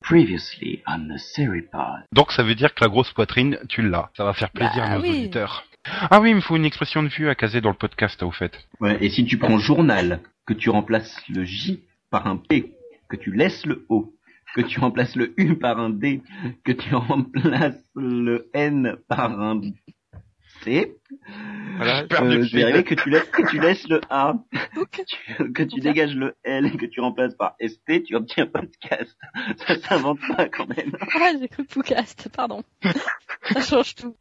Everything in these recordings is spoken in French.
Previously on the Seripod. Donc ça veut dire que la grosse poitrine, tu l'as. Ça va faire plaisir à nos auditeurs. Ah oui, il me faut une expression de vue à caser dans le podcast, au fait. Ouais, et si tu prends journal, que tu remplaces le J par un P, que tu laisses le O, que tu remplaces le U par un D, que tu remplaces le N par un C, voilà, je vais arriver que tu laisses le A, que tu dégages le L et que tu remplaces par ST, tu obtiens podcast. Ça s'invente pas quand même. Ah, j'ai cru podcast, pardon. Ça change tout.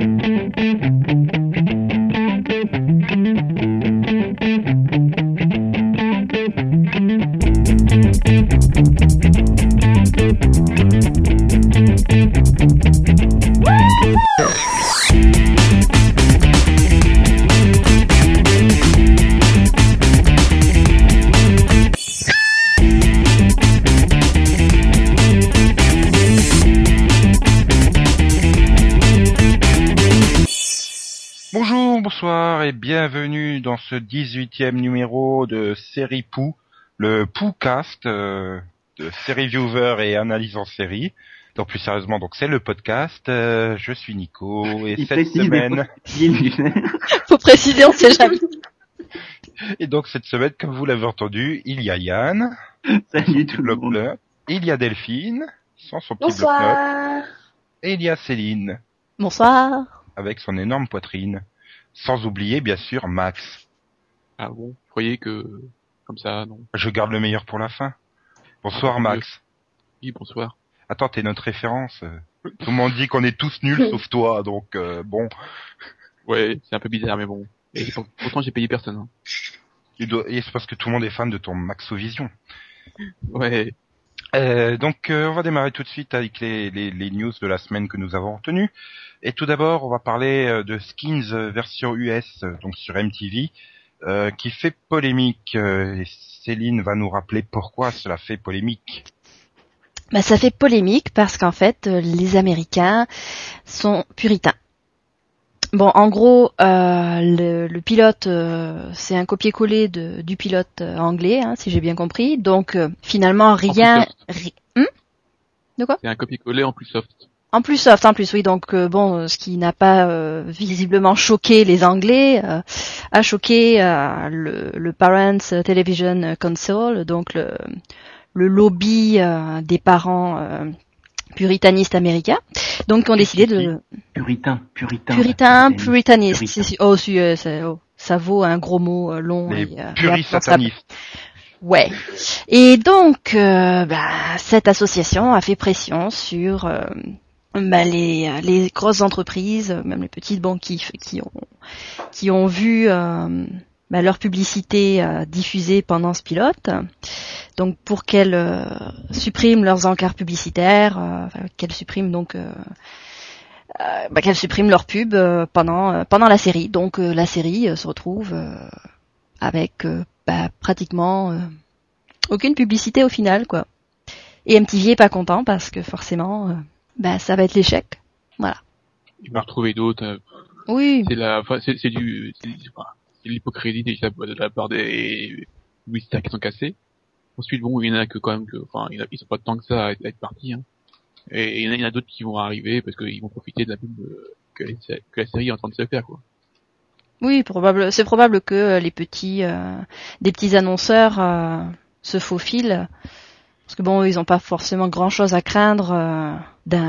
Bonjour, bonsoir et bienvenue dans ce 18e numéro de Série Pou, le Poocast de Série Viewer et Analyse en série. Donc plus sérieusement, donc c'est le podcast. Je suis Nico et cette semaine. Faut préciser, on sait jamais. Et donc cette semaine, comme vous l'avez entendu, il y a Yann. Salut tout le monde. Bloc-notes. Il y a Delphine sans son petit Bonsoir. bloc-notes. Et il y a Céline Bonsoir. avec son énorme poitrine. Sans oublier bien sûr Max. Ah bon, vous croyez que comme ça, non? Je garde le meilleur pour la fin. Bonsoir Max. Oui, bonsoir. Attends, t'es notre référence. Tout le monde dit qu'on est tous nuls sauf toi, donc bon. Ouais, c'est un peu bizarre, mais bon. Et pourtant, j'ai payé personne. Hein. Et c'est parce que tout le monde est fan de ton Maxovision. Ouais. Donc on va démarrer tout de suite avec les news de la semaine que nous avons retenues. Et tout d'abord, on va parler de Skins version US, donc sur MTV, qui fait polémique. Et Céline va nous rappeler pourquoi cela fait polémique. Bah, ça fait polémique parce qu'en fait, les Américains sont puritains. Bon, en gros, le pilote, c'est un copier-coller du pilote anglais, hein, si j'ai bien compris. Donc, finalement, rien... De quoi ? C'est un copier-coller en plus soft. En plus soft, en plus, oui. Donc, bon, ce qui n'a pas visiblement choqué les Anglais, a choqué le Parents Television Council, donc le lobby des parents puritanistes américains, donc qui ont décidé de... Puritaniste. Oh, si, ça vaut un gros mot long. Les purisatanistes. Ouais. Et donc, cette association a fait pression sur les grosses entreprises, même les petites banques qui ont vu leur publicité diffusée pendant ce pilote. Donc pour qu'elles suppriment leurs encarts publicitaires, qu'elles suppriment donc qu'elles suppriment leur pub pendant la série. Donc la série se retrouve avec pratiquement aucune publicité au final, quoi. Et MTV est pas content parce que forcément ça va être l'échec. Voilà. Il va retrouver d'autres. Oui. C'est l'hypocrisie déjà de la part des publicitaires qui sont cassés. Ensuite, bon, il y en a que quand même ils sont pas tant que ça à être partis, hein. Et il y en a d'autres qui vont arriver parce qu'ils vont profiter de la pub que la série est en train de se faire, quoi. Oui, c'est probable que des petits annonceurs se faufilent. Parce que bon, ils ont pas forcément grand chose à craindre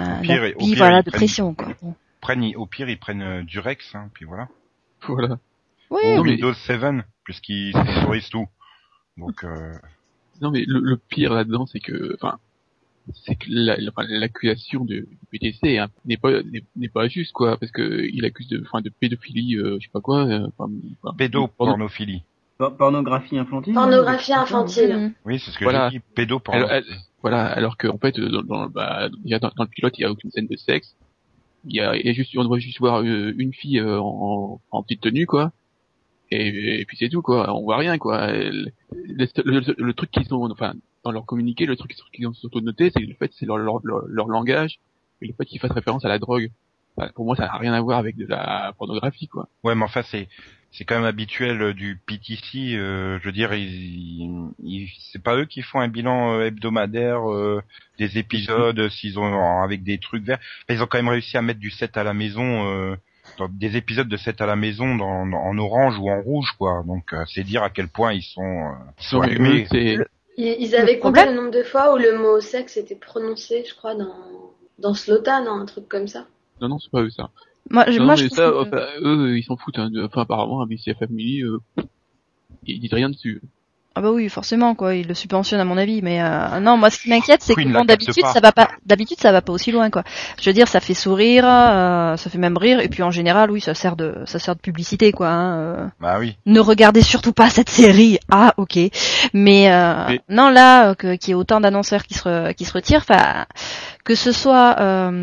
de pression, quoi. Bon. Au pire, ils prennent du Rex, hein, puis voilà. Voilà. Oui, ou Windows 7, puisqu'ils sensorisent tout. Donc, Non, mais le pire là-dedans, c'est que l'accusation du PTC n'est pas juste, quoi, parce que il accuse de pédophilie, je sais pas quoi, pédopornophilie. Pornographie infantile. Pornographie infantile. Oui, c'est ce que Voilà. j'ai dit, pédopornophilie. Voilà, alors que en fait, dans le pilote, il y a aucune scène de sexe. On doit juste voir une fille en petite tenue, quoi. Et puis c'est tout, quoi. On voit rien, quoi. Le truc qu'ils ont, dans leur communiqué, le truc qu'ils ont surtout noté, c'est le fait, c'est leur langage, et le fait qu'ils fassent référence à la drogue. Pour moi, ça n'a rien à voir avec de la pornographie, quoi. Ouais, mais enfin, c'est c'est quand même habituel du PTC. Je veux dire, c'est pas eux qui font un bilan hebdomadaire des épisodes, s'ils ont avec des trucs verts. Enfin, ils ont quand même réussi à mettre du 7 à la maison, dans des épisodes de 7 à la maison en orange ou en rouge, quoi. Donc c'est dire à quel point ils sont mais allumés. Ils avaient compté le nombre de fois où le mot sexe était prononcé, je crois, dans Slotan, un truc comme ça. Non, c'est pas eux ça. Moi, Non, moi mais je ça, trouve que... enfin, eux, ils s'en foutent. Hein, enfin, apparemment, ABC Family, ils disent rien dessus. Ah bah oui, forcément quoi, ils le subventionnent à mon avis, mais non, moi ce qui m'inquiète c'est que Queen bon, la capte d'habitude ça va pas aussi loin quoi. Je veux dire, ça fait sourire, ça fait même rire, et puis en général oui, ça sert de publicité quoi. Hein, Bah oui. Ne regardez surtout pas cette série. Ah ok, mais non là qu'il y ait autant d'annonceurs qui se retirent, enfin que ce soit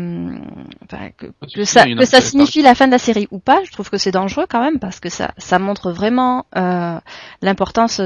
que ça signifie la fin de la série ou pas, je trouve que c'est dangereux quand même parce que ça montre vraiment l'importance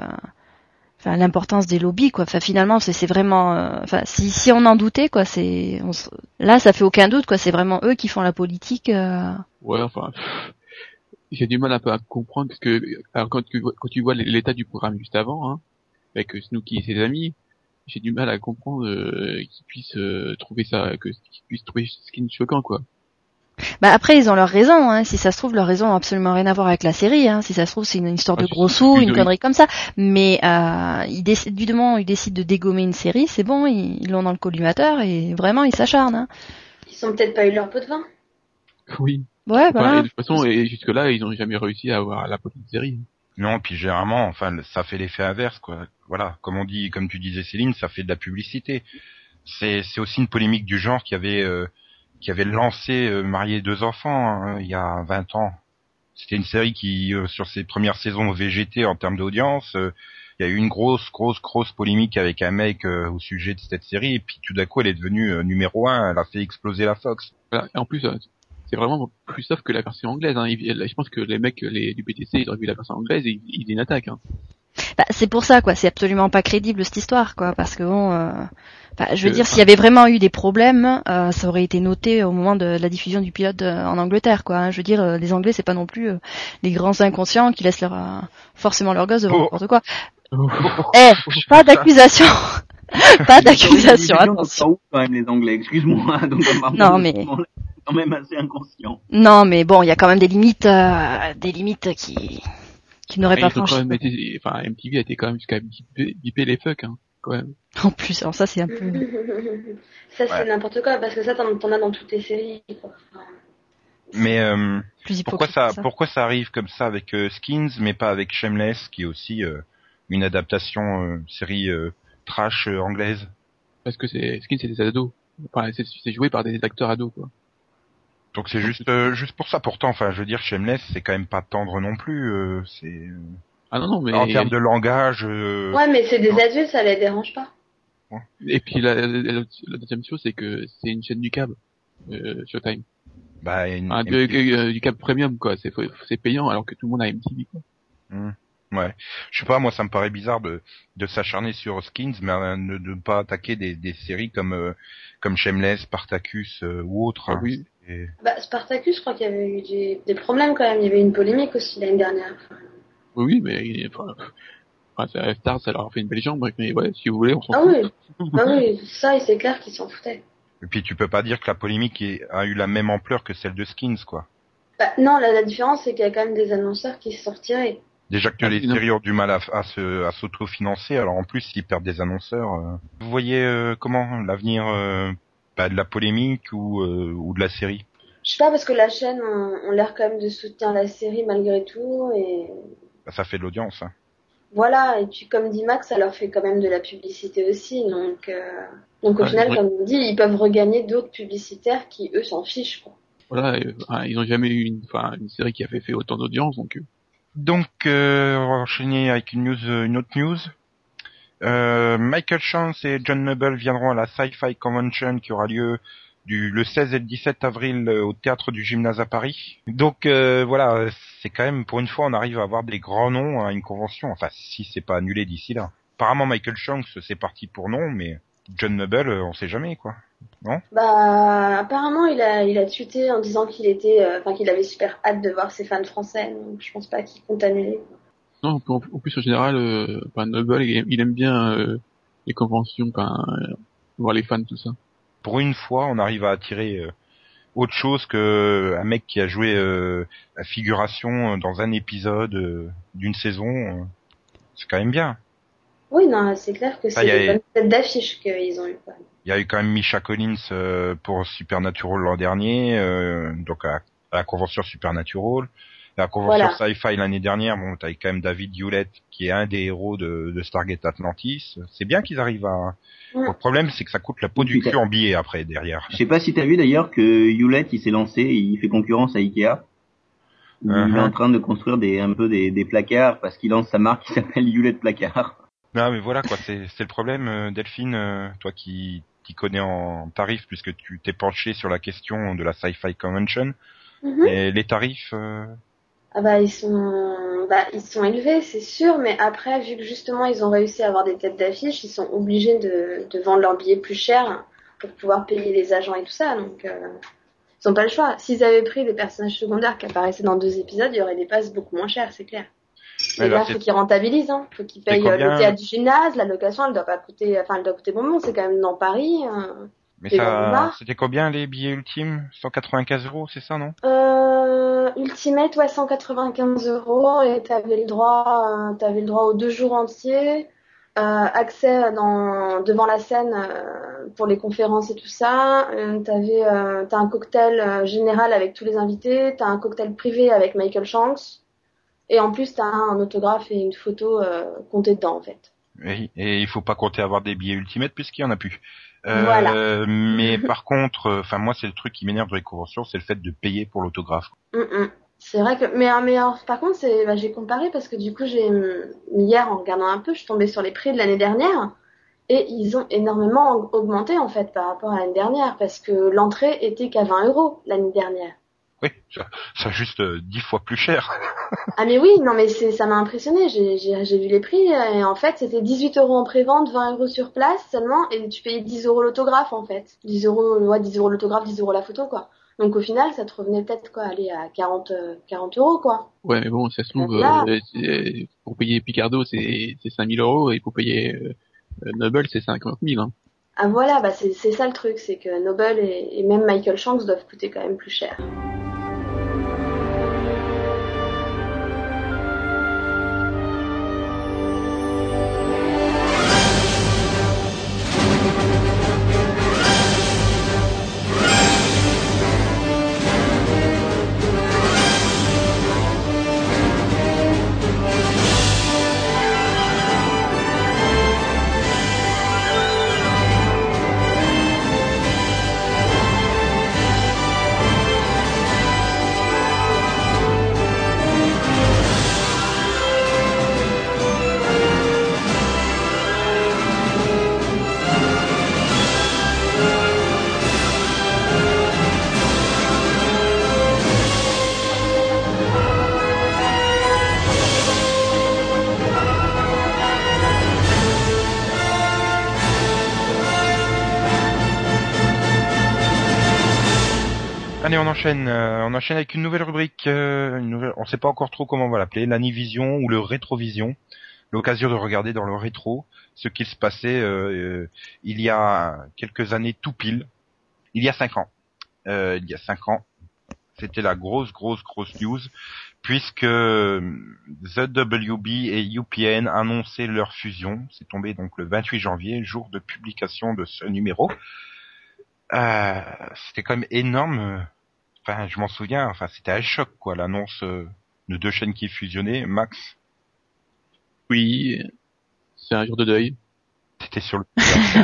des lobbies quoi. Enfin finalement c'est vraiment si on en doutait quoi, là ça fait aucun doute quoi, c'est vraiment eux qui font la politique. Ouais, enfin j'ai du mal un peu à comprendre parce que alors quand tu vois l'état du programme juste avant hein, avec Snooki et ses amis, j'ai du mal à comprendre qu'ils puissent trouver Skin choquant quoi. Bah après ils ont leur raison hein. Si ça se trouve leur raison a absolument rien à voir avec la série hein. Si ça se trouve c'est une histoire de gros sous, une connerie comme ça, mais du moment où ils décident de dégommer une série, c'est bon, ils l'ont dans le collimateur et vraiment ils s'acharnent hein. Ils ont peut-être pas eu leur pot de vin. Oui. Ouais, voilà. Et de toute façon, et jusque là, ils ont jamais réussi à avoir la petite série. Non, puis généralement, enfin, ça fait l'effet inverse, quoi. Voilà, comme tu disais, Céline, ça fait de la publicité. C'est aussi une polémique du genre qui avait lancé Marié 2 enfants hein, il y a 20 ans. C'était une série qui, sur ses premières saisons VGT en termes d'audience, il y a eu une grosse polémique avec un mec au sujet de cette série, et puis tout d'un coup, elle est devenue numéro 1, elle a fait exploser la Fox. Voilà. Et en plus, c'est vraiment plus soft que la version anglaise. Hein. Je pense que les mecs du PTC, ils auraient vu la version anglaise et ils une attaque. Hein. Bah, c'est pour ça quoi, c'est absolument pas crédible cette histoire quoi, parce que bon, je veux dire s'il y avait vraiment eu des problèmes, ça aurait été noté au moment de la diffusion du pilote en Angleterre quoi. Hein. Je veux dire, les Anglais c'est pas non plus les grands inconscients qui laissent forcément leur gosse devant n'importe quoi. Pas d'accusation. Pas d'accusation, attention. Quand même les Anglais, excuse-moi. Donc, non mais quand même assez inconscient. Non mais bon, il y a quand même des limites qui n'auraient pas franchi. MTV a été quand même jusqu'à biper les fucks, hein, quand même. En plus, alors ça c'est un peu... Ça c'est n'importe quoi, parce que ça t'en as dans toutes les séries, quoi. Mais pourquoi ça arrive comme ça avec Skins, mais pas avec Shameless, qui est aussi une adaptation série trash anglaise? Parce que Skins c'est des ados. Enfin, c'est joué par des acteurs ados, quoi. Donc c'est juste pour ça. Pourtant, enfin, je veux dire, Shameless, c'est quand même pas tendre non plus. C'est ah non, mais en termes de langage. Ouais, mais c'est des adultes, ça les dérange pas. Ouais. Et puis la deuxième chose, c'est que c'est une chaîne du câble, Showtime. Bah, du câble premium, quoi. C'est payant, alors que tout le monde a MTV, quoi. Ouais. Je sais pas, moi, ça me paraît bizarre de s'acharner sur Skins, mais de ne pas attaquer des séries comme Shameless, Spartacus ou autres. Ah, oui. Bah, Spartacus, je crois qu'il y avait eu des problèmes quand même. Il y avait une polémique aussi l'année dernière. Oui, mais Star, ça leur a fait une belle jambe, mais ouais, si vous voulez, on s'en fout. Oui. Ah oui, ça, c'est clair qu'ils s'en foutaient. Et puis tu peux pas dire que la polémique a eu la même ampleur que celle de Skins, quoi. Bah, non, la différence, c'est qu'il y a quand même des annonceurs qui se sortiraient. Déjà que les séries ont du mal à s'autofinancer, alors en plus ils perdent des annonceurs. Vous voyez comment l'avenir de la polémique ou de la série? Je sais pas, parce que la chaîne ont l'air quand même de soutenir la série malgré tout, et... Bah, ça fait de l'audience. Hein. Voilà, et puis comme dit Max, ça leur fait quand même de la publicité aussi, donc au final, comme on dit, ils peuvent regagner d'autres publicitaires qui, eux, s'en fichent, quoi. Voilà, ils ont jamais eu une série qui a fait autant d'audience, donc... Donc, on va enchaîner avec une autre news. Michael Chance et John Noble viendront à la Sci-Fi Convention qui aura lieu le 16 et le 17 avril au théâtre du Gymnase à Paris. Donc voilà, c'est quand même, pour une fois, on arrive à avoir des grands noms à une convention. Enfin, si c'est pas annulé d'ici là. Apparemment, Michael Chance, c'est parti pour non, mais John Noble, on sait jamais, quoi. non? Bah, apparemment, il a tweeté en disant qu'il avait super hâte de voir ses fans français, donc je pense pas qu'il compte annuler. Non, en plus, en général, Noble, il aime bien les conventions, voir les fans, tout ça. Pour une fois, on arrive à attirer autre chose que un mec qui a joué la figuration dans un épisode d'une saison. C'est quand même bien. Oui, non, c'est clair que c'est des bonnes têtes d'affiche qu'ils ont eu. Il y a eu quand même Misha Collins pour Supernatural l'an dernier, donc à la convention Supernatural. La convention Sci-Fi l'année dernière, bon, t'as quand même David Hewlett qui est un des héros de Stargate Atlantis. C'est bien qu'ils arrivent à... Le problème, c'est que ça coûte la peau du cul en billets après, derrière. Je sais pas si t'as vu d'ailleurs que Hewlett, il s'est lancé, il fait concurrence à Ikea. Il est en train de construire des placards parce qu'il lance sa marque qui s'appelle Hewlett Placard. Non, mais voilà, quoi, c'est le problème, Delphine, toi qui connais en tarifs puisque tu t'es penché sur la question de la Sci-Fi Convention. Et les tarifs Ah bah ils sont élevés, c'est sûr, mais après vu que justement ils ont réussi à avoir des têtes d'affiche, ils sont obligés de vendre leurs billets plus cher pour pouvoir payer les agents et tout ça, donc ils ont pas le choix. S'ils avaient pris des personnages secondaires qui apparaissaient dans 2 épisodes, il y aurait des passes beaucoup moins chères, c'est clair. Et là, faut qu'ils rentabilisent, hein. Faut qu'ils payent le théâtre du gymnase, la location, elle doit coûter bonbon, c'est quand même dans Paris. Mais ça, c'était combien les billets ultimes? 195 €, c'est ça, non? Ultimate, ouais, 195 € et t'avais le droit aux 2 jours entiers, accès devant la scène pour les conférences et tout ça. T'as un cocktail général avec tous les invités, t'as un cocktail privé avec Michael Shanks. Et en plus, t'as un autographe et une photo comptée dedans, en fait. Oui, et il faut pas compter avoir des billets Ultimate puisqu'il y en a plus. Voilà. Mais par contre, moi, c'est le truc qui m'énerve dans les conventions, c'est le fait de payer pour l'autographe. C'est vrai que, mais alors, par contre, j'ai comparé parce que du coup, hier, en regardant un peu, je suis tombée sur les prix de l'année dernière et ils ont énormément augmenté, en fait, par rapport à l'année dernière parce que l'entrée était qu'à 20 € l'année dernière. Oui, ça juste 10 fois plus cher. Ah mais oui, non mais ça m'a impressionné, j'ai vu les prix et en fait c'était 18 € en pré-vente, 20 € sur place seulement et tu payais 10 € l'autographe en fait. 10 € l'autographe, 10 € la photo quoi. Donc au final ça te revenait peut-être quoi, aller à 40 € quoi. Ouais mais bon, ça se trouve, pour payer Picardo c'est 5 000 € et pour payer Noble c'est 50 000 hein. Ah voilà, bah c'est ça le truc, c'est que Noble et même Michael Shanks doivent coûter quand même plus cher. Allez, on enchaîne avec une nouvelle rubrique, on sait pas encore trop comment on va l'appeler, l'Anivision ou le Rétrovision, l'occasion de regarder dans le rétro ce qu'il se passait il y a quelques années tout pile, il y a 5 ans. Il y a 5 ans, c'était la grosse news, puisque The WB et UPN annonçaient leur fusion. C'est tombé donc le 28 janvier, jour de publication de ce numéro. C'était quand même énorme. Enfin, je m'en souviens. Enfin, c'était un choc, quoi, l'annonce de 2 chaînes qui fusionnaient. Max. Oui, c'est un jour de deuil. C'était sur le.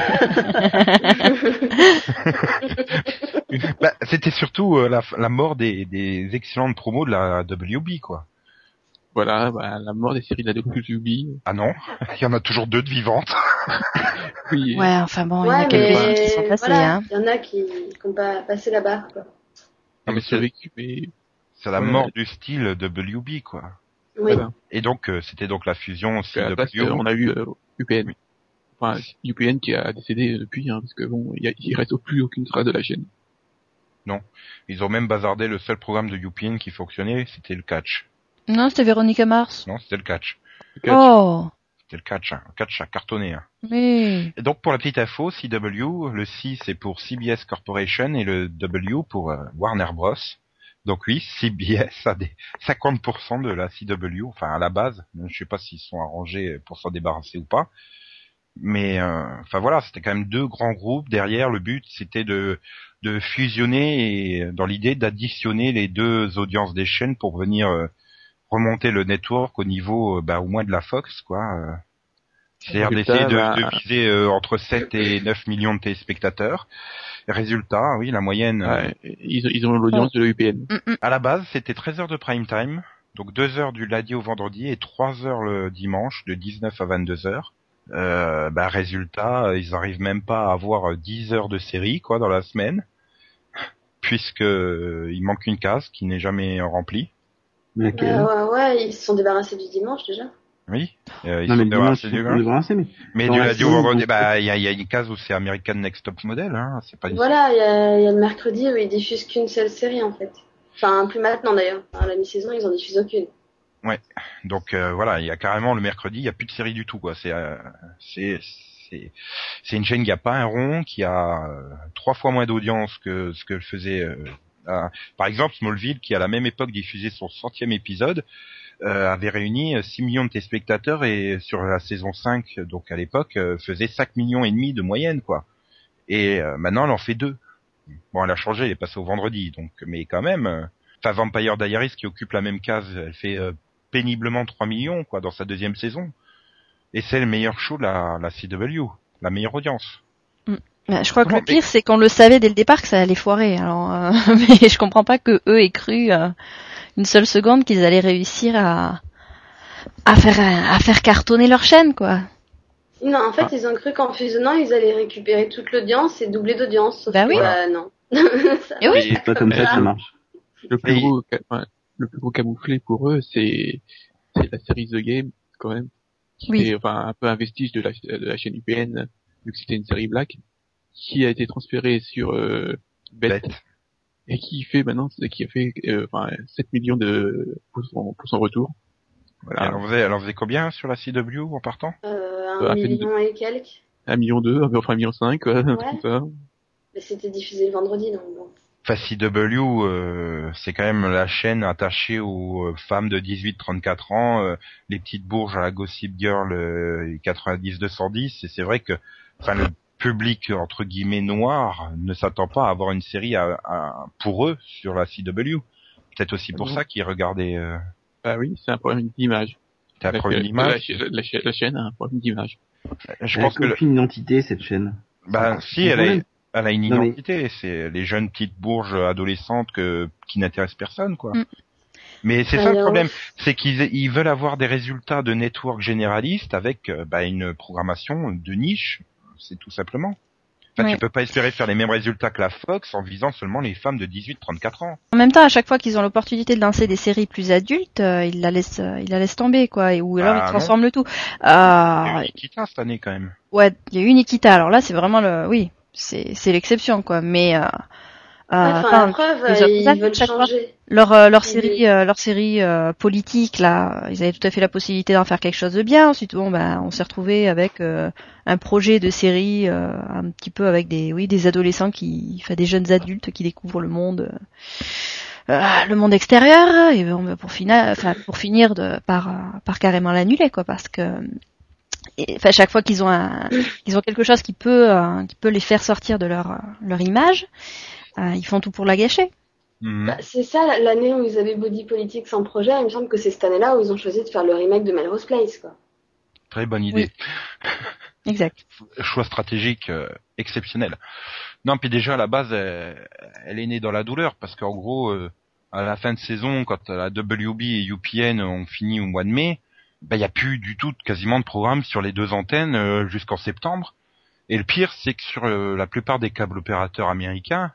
Bah, c'était surtout la mort des excellentes promos de la WB, quoi. Voilà, la mort des séries de la WB. Ah non, il y en a toujours 2 de vivantes. Oui. Ouais, enfin bon, il y en a quelques-uns qui sont passés, voilà, hein. Il y en a qui ont pas passé la barre, quoi. Non, mais c'est la mort du style WB, quoi. Oui. Voilà. Et donc, c'était donc la fusion aussi de on a eu UPN. Oui. enfin, UPN qui a décédé depuis, hein, parce que bon, il reste plus aucune trace de la chaîne. Non. Ils ont même bazardé le seul programme de UPN qui fonctionnait, c'était le catch. Non, c'était Véronica Mars. Non, c'était le catch. Le catch. Oh, C'était le catch, hein. Le catch a cartonné, hein. mais... Et donc pour la petite info, CW, le C c'est pour CBS Corporation et le W pour Warner Bros. Donc oui, CBS a des 50% de la CW, enfin à la base. Je sais pas s'ils sont arrangés pour s'en débarrasser ou pas. Mais enfin voilà, c'était quand même deux grands groupes derrière. Le but c'était de fusionner et dans l'idée d'additionner les deux audiences des chaînes pour venir remonter le network au niveau au moins de la Fox quoi. C'est-à-dire d'essayer de viser entre 7 et 9 millions de téléspectateurs. Résultat, oui, la moyenne Ouais, ils ont l'audience de l'UPN. à la base, c'était 13 heures de prime time, donc 2 heures du lundi au vendredi et 3 heures le dimanche de 19 à 22 heures. Résultat, ils arrivent même pas à avoir 10 heures de série quoi dans la semaine, puisque il manque une case qui n'est jamais remplie. Laquelle Ouais, ils se sont débarrassés du dimanche déjà. Oui, ils Non, mais sont le dimanche, débarrassés ils du sont débarrassés, mais dans du la lundi au saison, vendredi, donc- il y a une case où c'est American Next Top Model, hein, c'est pas une Voilà, il y a le mercredi où ils diffusent qu'une seule série en fait. Enfin, plus maintenant d'ailleurs. À la mi-saison, ils en diffusent aucune. Donc voilà, il y a carrément le mercredi, il y a plus de série du tout quoi. C'est une chaîne qui a pas un rond, qui a 3 fois moins d'audience que ce que faisait par exemple Smallville, qui à la même époque diffusait son 100e épisode, avait réuni 6 millions de téléspectateurs et sur la saison 5, donc à l'époque, faisait 5 millions et demi de moyenne quoi. Et maintenant elle en fait 2. Bon, elle a changé, elle est passée au vendredi, donc mais quand même. Enfin, Vampire Diaries qui occupe la même case, elle fait péniblement 3 millions quoi dans sa deuxième saison. Et c'est le meilleur show de la CW, la meilleure audience. Bah, je crois que Non, le pire, c'est qu'on le savait dès le départ que ça allait foirer. Alors, mais je comprends pas que eux aient cru une seule seconde qu'ils allaient réussir à faire cartonner leur chaîne, quoi. Non, en fait, ils ont cru qu'en fusionnant, ils allaient récupérer toute l'audience et doubler d'audience. Sauf Bah que, oui. non. Ça- Et oui. C'est pas comme ça que ça marche. Le plus gros camouflet pour eux, c'est la série The Game, quand même. Qui Oui. est, enfin, un peu un vestige de la chaîne UPN, vu que c'était une série black, qui a été transférée sur, Bet, et qui fait maintenant, qui a fait, 7 millions pour son retour. Voilà. Elle en faisait combien sur la CW en partant? Un à peine million et quelques. 1,2 million, enfin 1,5 million, quoi, un truc Ouais. comme ça. Mais c'était diffusé le vendredi, donc bon. Enfin, CW, c'est quand même la chaîne attachée aux femmes de 18-34 ans, les petites bourges à la Gossip Girl 90-210, et c'est vrai que, enfin, le public entre guillemets noir ne s'attend pas à avoir une série pour eux sur la CW. Peut-être aussi pour Non. ça qu'ils regardaient. Bah oui, c'est un problème d'image. T'as un problème d'image. La chaîne a un problème d'image. Je Elle a pense que aucune identité, cette chaîne. si, Le elle problème. a une Non, mais- identité. C'est les jeunes petites bourges adolescentes qui n'intéressent personne, quoi. Mm. Mais c'est ça le Alors, problème, c'est qu'ils veulent avoir des résultats de network généralistes avec une programmation de niche, c'est tout simplement. Enfin, Ouais. tu peux pas espérer faire les mêmes résultats que la Fox en visant seulement les femmes de 18-34 ans. En même temps, à chaque fois qu'ils ont l'opportunité de lancer des séries plus adultes, ils la laissent tomber, quoi. Ou alors Bah, ils transforment le tout. Il y a eu Nikita cette année quand même. Ouais, il y a eu Nikita. Alors là, c'est vraiment c'est l'exception, quoi. Mais Enfin, la preuve, les autres ils années, veulent chaque fois. changer. Leur Ils- série politique là, ils avaient tout à fait la possibilité d'en faire quelque chose de bien. Ensuite, on s'est retrouvé avec un projet de série un petit peu avec des adolescents des jeunes adultes qui découvrent le monde extérieur. Et bon, pour finir par carrément l'annuler, quoi, parce que chaque fois qu'ils ont quelque chose qui peut les faire sortir de leur image, ils font tout pour la gâcher. Mhm. Bah, c'est ça, l'année où ils avaient Body Politics en projet, il me semble que c'est cette année-là où ils ont choisi de faire le remake de Melrose Place, quoi. Très bonne idée. Exact. Choix stratégique exceptionnel. Non, puis déjà à la base, elle est née dans la douleur parce qu'en gros, à la fin de saison, quand la WB et UPN ont fini au mois de mai, il y a plus du tout quasiment de programme sur les deux antennes jusqu'en septembre. Et le pire, c'est que sur la plupart des câbles opérateurs américains,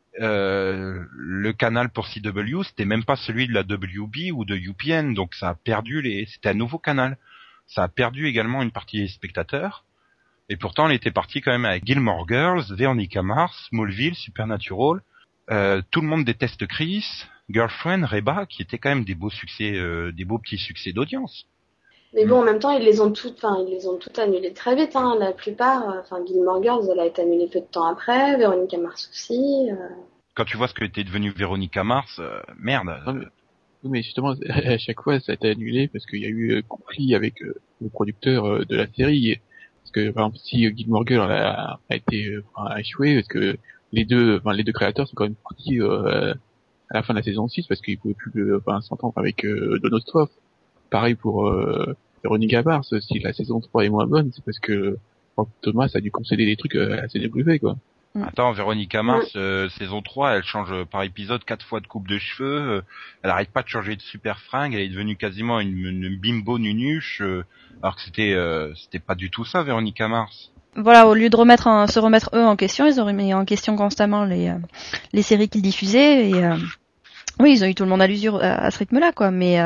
le canal pour CW, c'était même pas celui de la WB ou de UPN, donc ça a perdu c'était un nouveau canal. Ça a perdu également une partie des spectateurs. Et pourtant, elle était partie quand même avec Gilmore Girls, Veronica Mars, Smallville, Supernatural. Tout le monde déteste Chris, Girlfriend, Reba, qui étaient quand même des beaux succès, des beaux petits succès d'audience. Mais bon, en même temps, ils les ont toutes annulées très vite, hein. La plupart, Gilmore Girls, elle a été annulée peu de temps après, Veronica Mars aussi. Quand tu vois ce que était devenu Veronica Mars, merde. Oui, mais justement, à chaque fois, ça a été annulé parce qu'il y a eu conflit avec le producteur de la série. Parce que, par exemple, si Gilmore Girls a échoué, parce que les deux créateurs sont quand même partis à la fin de la saison 6 parce qu'ils pouvaient plus s'entendre avec Donald Trump. Pareil pour Veronica Mars, si la saison 3 est moins bonne, c'est parce que Thomas a dû concéder des trucs assez débriefés, quoi. Attends, Veronica Mars, saison 3, elle change par épisode 4 fois de coupe de cheveux, elle arrête pas de changer de super fringue, elle est devenue quasiment une bimbo nunuche, alors que c'était pas du tout ça, Veronica Mars. Voilà, au lieu de se remettre eux en question, ils auraient mis en question constamment les séries qu'ils diffusaient, et oui, ils ont eu tout le monde à l'usure à ce rythme-là, quoi, mais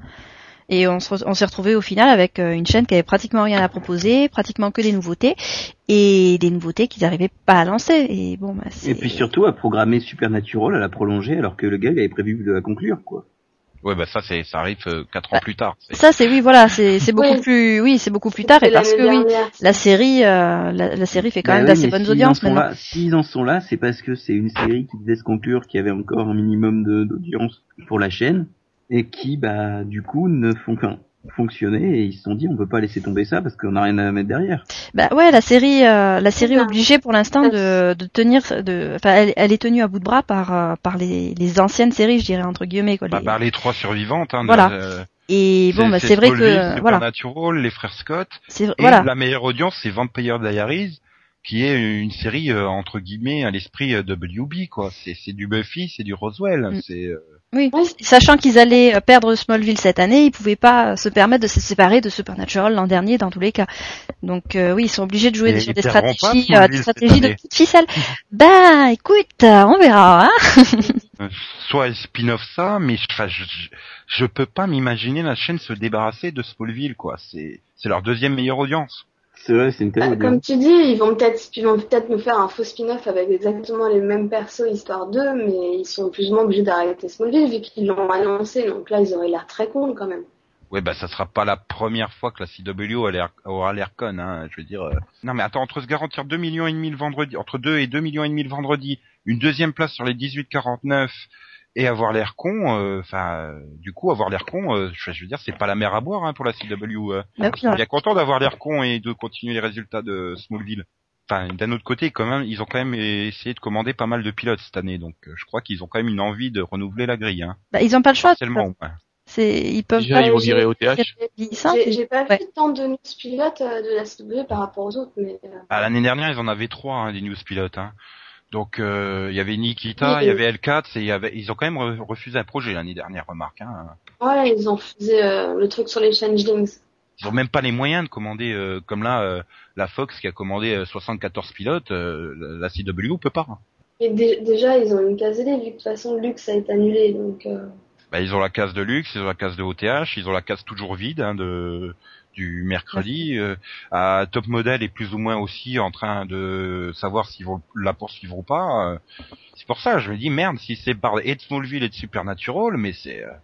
et on s'est retrouvé au final avec une chaîne qui avait pratiquement rien à proposer, pratiquement que des nouveautés, et des nouveautés qu'ils n'arrivaient pas à lancer. Et bon, et puis surtout à programmer Supernatural, à la prolonger, alors que le gars il avait prévu de la conclure, quoi. Ouais, bah ça arrive 4 ans plus tard. Ça c'est beaucoup plus, c'est beaucoup plus tard, et parce que la série fait quand même d'assez bonnes audiences maintenant. S'ils en sont là, c'est parce que c'est une série qui devait se conclure, qui avait encore un minimum d'audience pour la chaîne, et qui, du coup, ne font qu'un fonctionner, et ils se sont dit on peut pas laisser tomber ça parce qu'on n'a rien à mettre derrière. La série est obligée pour l'instant de tenir, elle est tenue à bout de bras par les anciennes séries, je dirais entre guillemets, quoi. Par les 3 survivantes, hein. Voilà. Et bon, c'est vrai que Supernatural, les frères Scott, la meilleure audience c'est Vampire Diaries, qui est une série entre guillemets à l'esprit WB, quoi. C'est du Buffy, c'est du Roswell, Oui, sachant qu'ils allaient perdre Smallville cette année, ils pouvaient pas se permettre de se séparer de Supernatural l'an dernier dans tous les cas. Donc ils sont obligés de jouer sur des stratégies de petites ficelles. Écoute, on verra. Hein. Soit spin-off ça, mais je peux pas m'imaginer la chaîne se débarrasser de Smallville, quoi. C'est leur deuxième meilleure audience. C'est vrai, c'est une telle audience. Comme tu dis, ils vont peut-être nous faire un faux spin-off avec exactement les mêmes persos, histoire d'eux, mais ils sont plus ou moins obligés d'arrêter Smallville vu qu'ils l'ont annoncé, donc là ils auraient l'air très cons quand même. Ouais, ça sera pas la première fois que la CW aura l'air conne, hein, je veux dire. Non mais attends, entre se garantir 2,5 millions le vendredi, entre 2 et 2,5 millions le vendredi, une deuxième place sur les 18-49 et avoir l'air con, du coup avoir l'air con, je veux dire, c'est pas la mer à boire, hein, pour la CW. Ils sont bien contents d'avoir l'air con et de continuer les résultats de Smallville. Enfin, d'un autre côté, quand même, ils ont quand même essayé de commander pas mal de pilotes cette année, donc je crois qu'ils ont quand même une envie de renouveler la grille, hein. Ils ont pas le choix. Ils peuvent déjà, ils vont virer OTH. J'ai pas vu tant de news pilotes de la CW par rapport aux autres, mais. L'année dernière, ils en avaient 3, hein, des news pilotes, hein. Donc il y avait Nikita, il y avait L4, ils ont quand même refusé un projet l'année dernière, remarque, hein. Ouais, ils ont refusé le truc sur les changelings. Ils ont même pas les moyens de commander comme là la Fox qui a commandé 74 pilotes, la CW peut pas. Et déjà ils ont une case élevée, vu que de toute façon Lux a été annulé, donc. Ils ont la case de Lux, ils ont la case de OTH, ils ont la case toujours vide, hein, du mercredi. Top Model est plus ou moins aussi en train de savoir s'ils vont la poursuivre ou pas. C'est pour ça, je me dis merde, si c'est par et de Smallville et de Supernatural, mais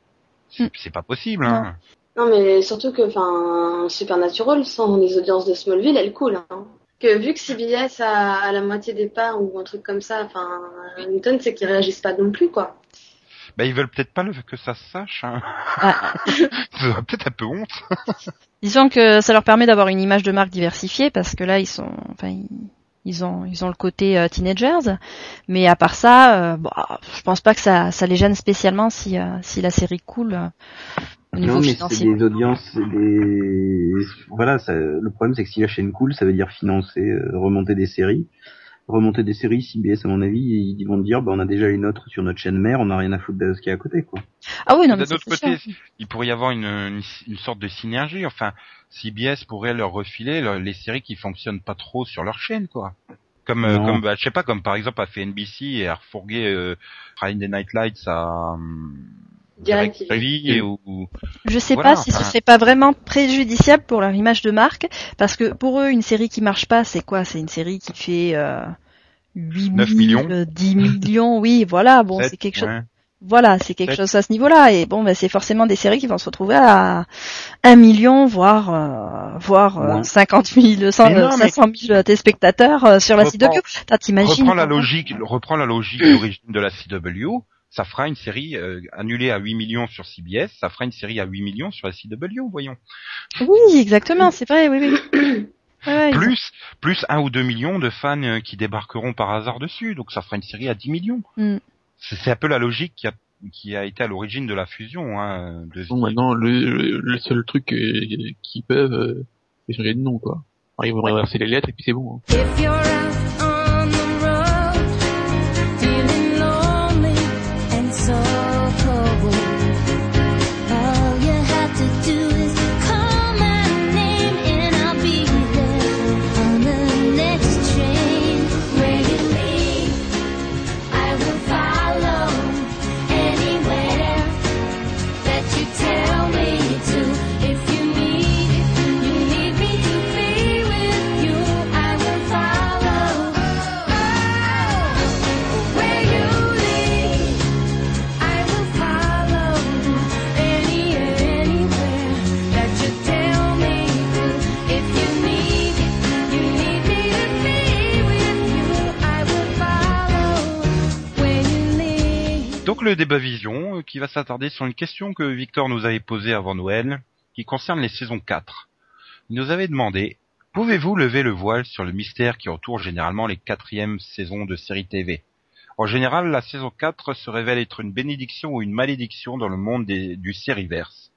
c'est pas possible, hein. Non, mais surtout que, Supernatural, sans les audiences de Smallville, elle coule, hein. Que vu que CBS a la moitié des parts ou un truc comme ça, Newton, c'est qu'ils réagissent pas non plus, quoi. Ils veulent peut-être pas que ça se sache, hein. Ça aurait peut-être un peu honte. Disons que ça leur permet d'avoir une image de marque diversifiée, parce que là, ils ont le côté teenagers, mais à part ça, je pense pas que ça les gêne spécialement si la série coule au niveau financier. C'est des audiences, le problème c'est que si la chaîne coule, ça veut dire financer, remonter des séries. Remonter des séries, CBS à mon avis, ils vont te dire on a déjà une autre sur notre chaîne mère, on n'a rien à foutre de ce qu'il y a à côté, quoi. Ah oui, non, mais d'un autre côté, il pourrait y avoir une sorte de synergie. Enfin, CBS pourrait leur refiler les séries qui fonctionnent pas trop sur leur chaîne, quoi. Comme je sais pas, comme par exemple a fait NBC et a refourgué Friday Night Lights DirecTV. TV ou Je sais Voilà, pas si ce serait pas vraiment préjudiciable pour leur image de marque, parce que pour eux, une série qui marche pas, c'est quoi? C'est une série qui fait 8 9 000, millions. 10 millions, oui, voilà, bon, 7, c'est quelque chose. ouais. Voilà, c'est quelque 7. chose à ce niveau-là, et bon, c'est forcément des séries qui vont se retrouver à 1 million, voire Moins. 50 000, 100, Mais non, mais- 500 000 téléspectateurs sur la CW. T'imagines? Reprends la logique d'origine de la CW, ça fera une série annulée à 8 millions sur CBS, ça fera une série à 8 millions sur la CW, voyons. Oui, exactement, c'est vrai, oui. Ouais, Plus 1 ou 2 millions de fans qui débarqueront par hasard dessus, donc ça fera une série à 10 millions. Mm. C'est un peu la logique qui a été à l'origine de la fusion, hein, de Bon, maintenant, le seul truc qu'ils peuvent, c'est changer de nom, quoi. Alors, ils vont renverser les lettres et puis c'est bon. Hein. If you're out on the road, feeling lonely and so cold, all you have to do is call my name and I'll be there on the next train. Where you lead, I will follow anywhere that you tell me to. If you need me to be with you, I will follow. Where you lead, I will follow. Anywhere that you tell me to. If you need me to be with you, I will follow. Where you lead. Donc le débat vision qui va s'attarder sur une question que Victor nous avait posée avant Noël, qui concerne les saisons 4. Il nous avait demandé: pouvez-vous lever le voile sur le mystère qui entoure généralement les 4e saisons de séries TV? En général, la saison 4 se révèle être une bénédiction ou une malédiction dans le monde du sériverse.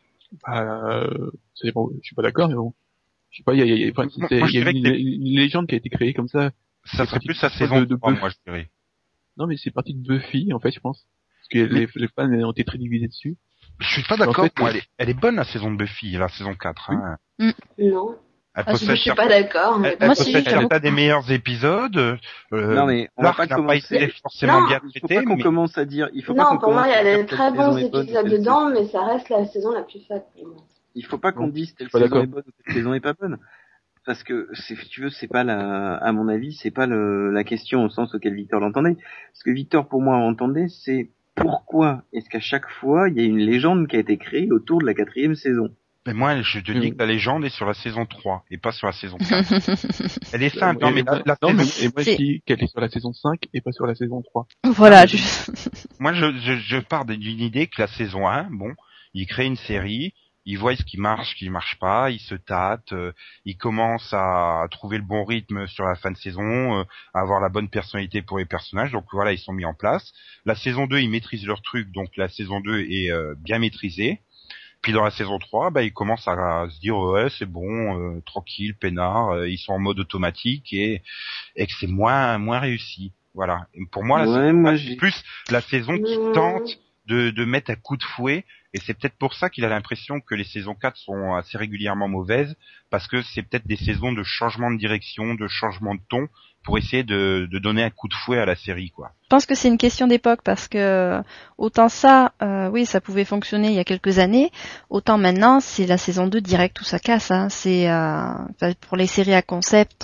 Ça dépend, je suis pas d'accord, mais bon. Je sais pas, il y a Moi, je une dirais que une légende qui a été créée comme ça. ça serait parti plus la de saison 3, Buffy. moi je dirais. Non, mais c'est parti de Buffy, en fait, je pense. Parce que les fans ont été très divisés dessus. Je suis pas d'accord, En fait, moi, elle est bonne la saison de Buffy, la saison 4. Hein. Non. Elle Ah, possède Je suis pas d'accord. mais Elle Moi, possède si, certains des meilleurs épisodes. Non, mais on va l'arc pas n'a pas commencer. été forcément Non, bien Il faut traité, pas qu'on mais commence à dire. Il faut pas Non, qu'on pour moi, commence il y à a dire des telle très saison bons est bonne, épisodes telle dedans, mais ça reste la saison la plus faible pour moi. Il faut pas qu'on dise telle pas saison d'accord. est bonne ou telle saison est pas bonne. Parce que, si tu veux, c'est pas à mon avis, c'est pas la question au sens auquel Victor l'entendait. Ce que Victor, pour moi, entendait, c'est pourquoi est-ce qu'à chaque fois, il y a une légende qui a été créée autour de la 4e saison? mais moi, je te dis que la légende est sur la saison 3 et pas sur la saison 4. Elle est simple, non, mais la non, saison... et moi, C'est- je dis qu'elle est sur la saison 5 et pas sur la saison 3. Voilà, Moi, je pars d'une idée que la saison 1, bon, ils créent une série, ils voient ce qui marche pas, ils se tâtent, ils commencent à trouver le bon rythme sur la fin de saison, à avoir la bonne personnalité pour les personnages, donc voilà, ils sont mis en place. La saison 2, ils maîtrisent leur truc, donc la saison 2 est bien maîtrisée. Puis dans la saison 3, ils commencent à se dire ouais, c'est bon, tranquille, peinard, ils sont en mode automatique et que c'est moins réussi. Voilà. Et pour moi, la Ouais, saison moi, 4, j'ai- c'est plus la saison qui tente de mettre un coup de fouet, et c'est peut-être pour ça qu'il a l'impression que les saisons 4 sont assez régulièrement mauvaises, parce que c'est peut-être des saisons de changement de direction, de changement de ton, pour essayer de donner un coup de fouet à la série, quoi. Je pense que c'est une question d'époque parce que autant ça, oui, ça pouvait fonctionner il y a quelques années, autant maintenant c'est la saison 2 direct où ça casse. Hein. C'est pour les séries à concept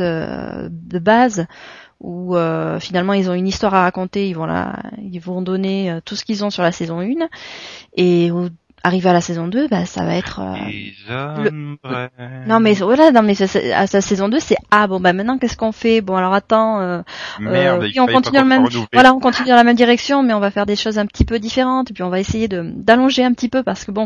de base où finalement ils ont une histoire à raconter, ils vont donner tout ce qu'ils ont sur la saison 1 et arrivé à la saison 2, ça va être Les hommes vrais. non mais voilà, non mais à sa saison 2 c'est maintenant qu'est-ce qu'on fait? Bon alors attends Merde, oui, on continue dans le même on continue dans la même direction mais on va faire des choses un petit peu différentes et puis on va essayer d'allonger un petit peu parce que bon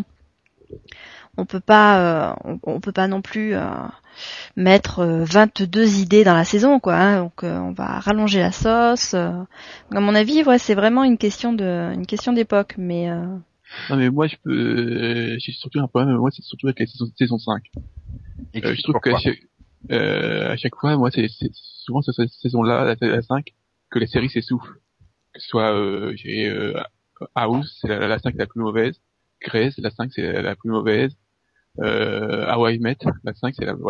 on peut pas non plus mettre 22 idées dans la saison quoi hein, donc on va rallonger la sauce à mon avis ouais, c'est vraiment une question d'époque mais Non, mais moi, j'ai surtout un problème, moi, c'est surtout avec la saison 5. Je trouve qu'à chaque fois, moi, c'est souvent cette saison-là, la 5, que les séries s'essoufflent. Que ce soit, House, c'est la 5 la plus mauvaise. Grey's, la 5 c'est la plus mauvaise. How I Met, la 5 c'est The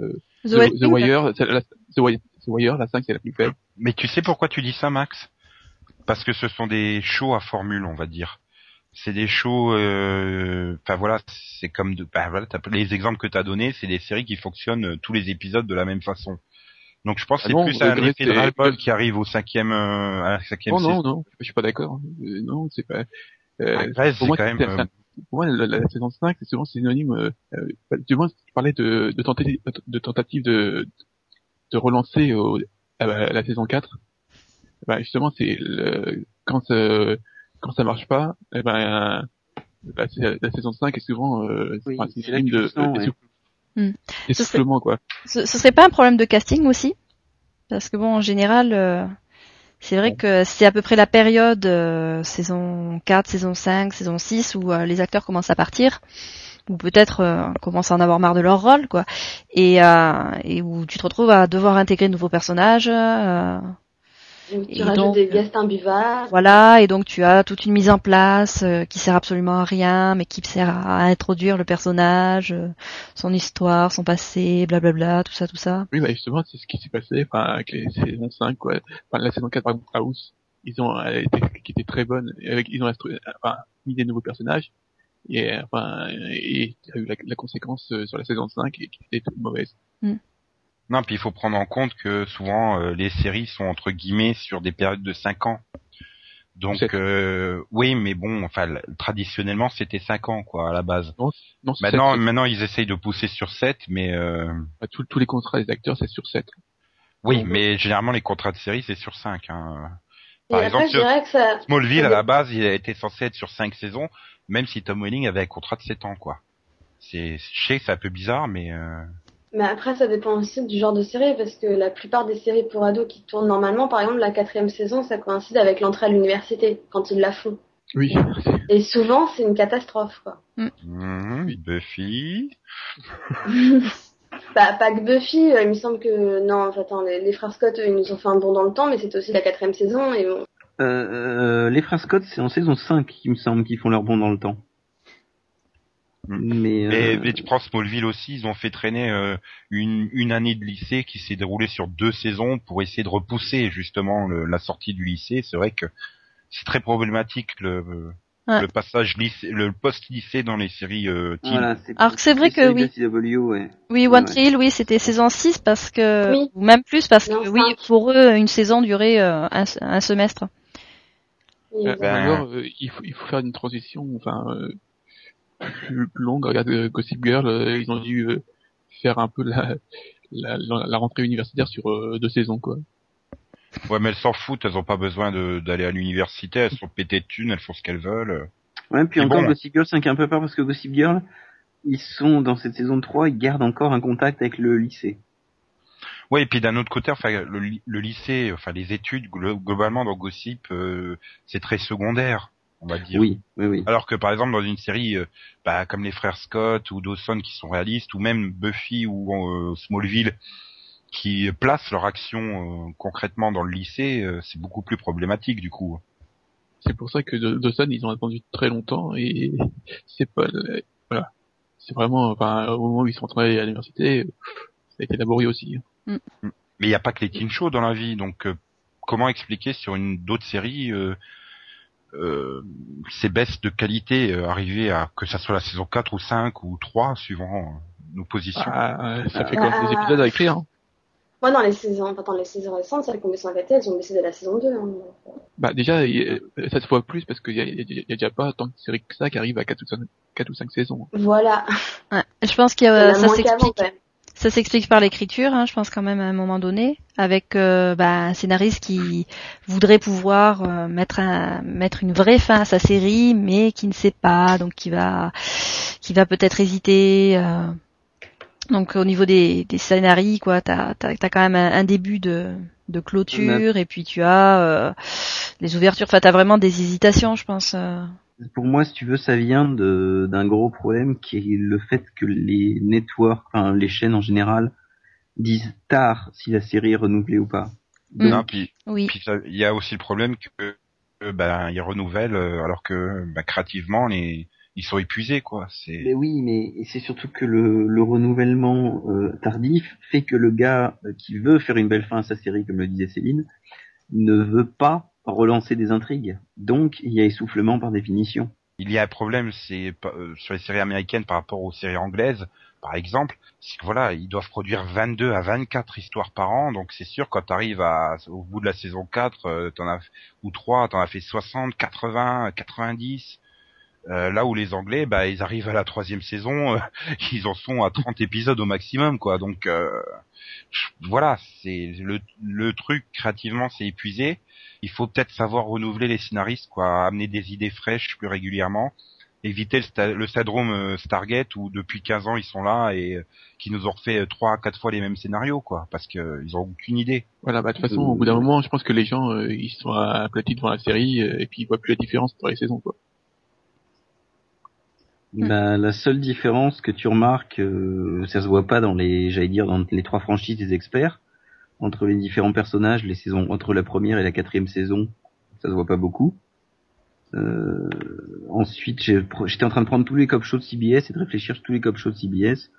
Wire, The Wire, la 5 c'est la plus faible. Mais tu sais pourquoi tu dis ça, Max? Parce que ce sont des shows à formule, on va dire. c'est des shows, enfin voilà, c'est comme voilà, les exemples que t'as donnés, c'est des séries qui fonctionnent tous les épisodes de la même façon. Donc je pense que Ah c'est non, plus un Grey, effet de c'est- ras-le-bol qui arrive au cinquième, à la cinquième Non, saison. non, je suis pas d'accord. Non, c'est pas. Grey, Pour c'est moi, quand même, pour moi, la saison 5, c'est souvent synonyme. Du moins, tu parlais de tentative de relancer la saison 4. Bah, justement, quand ça marche pas, la saison 5 est souvent Oui, enfin, c'est là que synonyme tu le sens, ouais. Hmm. d'essoufflement, quoi. Ce serait pas un problème de casting aussi? Parce que bon, en général, c'est vrai que c'est à peu près la période saison 4, saison 5, saison 6 où les acteurs commencent à partir, ou peut-être commencent à en avoir marre de leur rôle, quoi, et où tu te retrouves à devoir intégrer de nouveaux personnages. Donc, tu Et rajoutes donc, des guests imbuvables. voilà, et donc tu as toute une mise en place qui sert absolument à rien, mais qui sert à introduire le personnage, son histoire, son passé, blablabla, tout ça, tout ça. Oui, bah justement, c'est ce qui s'est passé, enfin, avec les saisons 5, quoi. Enfin, la saison 4, par exemple, House, qui était très bonne, ils ont mis des nouveaux personnages, et il y a eu la conséquence sur la saison 5 qui était toute mauvaise. non, puis il faut prendre en compte que souvent les séries sont entre guillemets sur des périodes de 5 ans. Donc Sept. oui, mais bon, enfin traditionnellement c'était 5 ans quoi à la base. Non, c'est Maintenant ils essayent de pousser sur 7, mais tous les contrats des acteurs, c'est sur 7. oui, Donc, mais généralement les contrats de série c'est sur 5. Hein. Et Par après, exemple, je dirais que ça. Smallville à la base il a été censé être sur 5 saisons, même si Tom Welling avait un contrat de 7 ans quoi. Je sais que c'est un peu bizarre, mais Mais après, ça dépend aussi du genre de série, parce que la plupart des séries pour ados qui tournent normalement, par exemple, la 4e saison, ça coïncide avec l'entrée à l'université, quand ils la font. oui, Et souvent, c'est une catastrophe, quoi. Buffy. Bah, pas que Buffy, il me semble que... Non, enfin, attends, les frères Scott, eux, ils nous ont fait un bond dans le temps, mais c'était aussi la 4e saison, et bon... Les frères Scott, c'est en saison 5, il me semble, qu'ils font leur bond dans le temps. Mais tu prends Smallville aussi, ils ont fait traîner une année de lycée qui s'est déroulée sur 2 saisons pour essayer de repousser justement la sortie du lycée. C'est vrai que c'est très problématique le passage lycée, le post-lycée dans les séries teen. Voilà, Alors que c'est vrai que oui. CW, ouais. Oui, One Tree Hill, oui, c'était saison 6 parce que, Oui. ou même plus parce Non, que, oui, 5. pour eux, une saison durait un semestre. Oui, Ou Ben, alors, il faut faire une transition, enfin, plus longue. Regarde Gossip Girl, ils ont dû faire un peu la rentrée universitaire sur 2 saisons, quoi. Ouais, mais elles s'en foutent, elles ont pas besoin d'aller à l'université, elles sont pétées de thunes, elles font ce qu'elles veulent. Ouais, puis Mais encore bon. Gossip Girl, c'est un peu peur parce que Gossip Girl, ils sont, dans cette saison 3, ils gardent encore un contact avec le lycée. Ouais, et puis d'un autre côté, enfin le lycée, enfin les études globalement dans Gossip, c'est très secondaire, on va dire. Oui. Alors que par exemple dans une série comme les frères Scott ou Dawson qui sont réalistes, ou même Buffy ou Smallville qui placent leur action concrètement dans le lycée, c'est beaucoup plus problématique du coup. C'est pour ça que Dawson, ils ont attendu très longtemps et c'est pas, voilà. C'est vraiment, enfin, au moment où ils sont entrés à l'université, ça a été laborieux aussi. Mais il n'y a pas que les teen shows dans la vie, donc comment expliquer sur d'autres séries ces baisses de qualité arrivées à que ça soit la saison 4 ou 5 ou 3 suivant nos positions. Ça fait quand même des épisodes à écrire. Hein. Moi, dans les saisons récentes, celles qui ont baissé en qualité, elles ont baissé dès la saison 2. Hein. Bah, déjà, ça se voit plus parce qu'il y a déjà pas tant de séries que ça qui arrivent à 4 ou 5 saisons. Voilà. Ouais. Je pense qu'il y Il y en a, a ça moins qu'avant, s'explique. quand même. Ça s'explique par l'écriture, hein, je pense quand même à un moment donné, avec un scénariste qui voudrait pouvoir mettre une vraie fin à sa série, mais qui ne sait pas, donc qui va peut-être hésiter. Donc au niveau des scénarii, quoi, t'as quand même un début de clôture, et puis tu as les ouvertures. Enfin, t'as vraiment des hésitations, je pense. Pour moi, si tu veux, ça vient d'un gros problème qui est le fait que les networks, enfin les chaînes en général, disent tard si la série est renouvelée ou pas. Donc, Non, puis Oui. il y a aussi le problème que ils renouvellent alors que créativement ils sont épuisés quoi. mais oui, mais c'est surtout que le renouvellement tardif fait que le gars qui veut faire une belle fin à sa série, comme le disait Céline, ne veut pas relancer des intrigues. Donc, il y a essoufflement par définition. Il y a un problème, sur les séries américaines par rapport aux séries anglaises, par exemple, c'est que voilà, ils doivent produire 22 à 24 histoires par an, donc c'est sûr quand t'arrives au bout de la saison 4, ou 3, t'en as fait 60, 80, 90. Là où les Anglais, bah ils arrivent à la 3e saison, ils en sont à 30 épisodes au maximum, quoi. Donc voilà, c'est le truc créativement, c'est épuisé. Il faut peut-être savoir renouveler les scénaristes, quoi, amener des idées fraîches plus régulièrement, éviter le syndrome Stargate où depuis 15 ans ils sont là et qui nous ont refait 3 à 4 fois les mêmes scénarios, quoi, parce que ils ont aucune idée. Voilà, bah de toute façon, au bout d'un moment, je pense que les gens, ils sont aplatis devant la série et puis ils voient plus la différence entre les saisons, quoi. Bah, la seule différence que tu remarques, ça se voit pas dans les 3 franchises des experts, entre les différents personnages, les saisons, entre la première et la 4e saison, ça se voit pas beaucoup. Ensuite, j'étais en train de prendre tous les cop shows de CBS et de réfléchir sur tous les cop shows de CBS.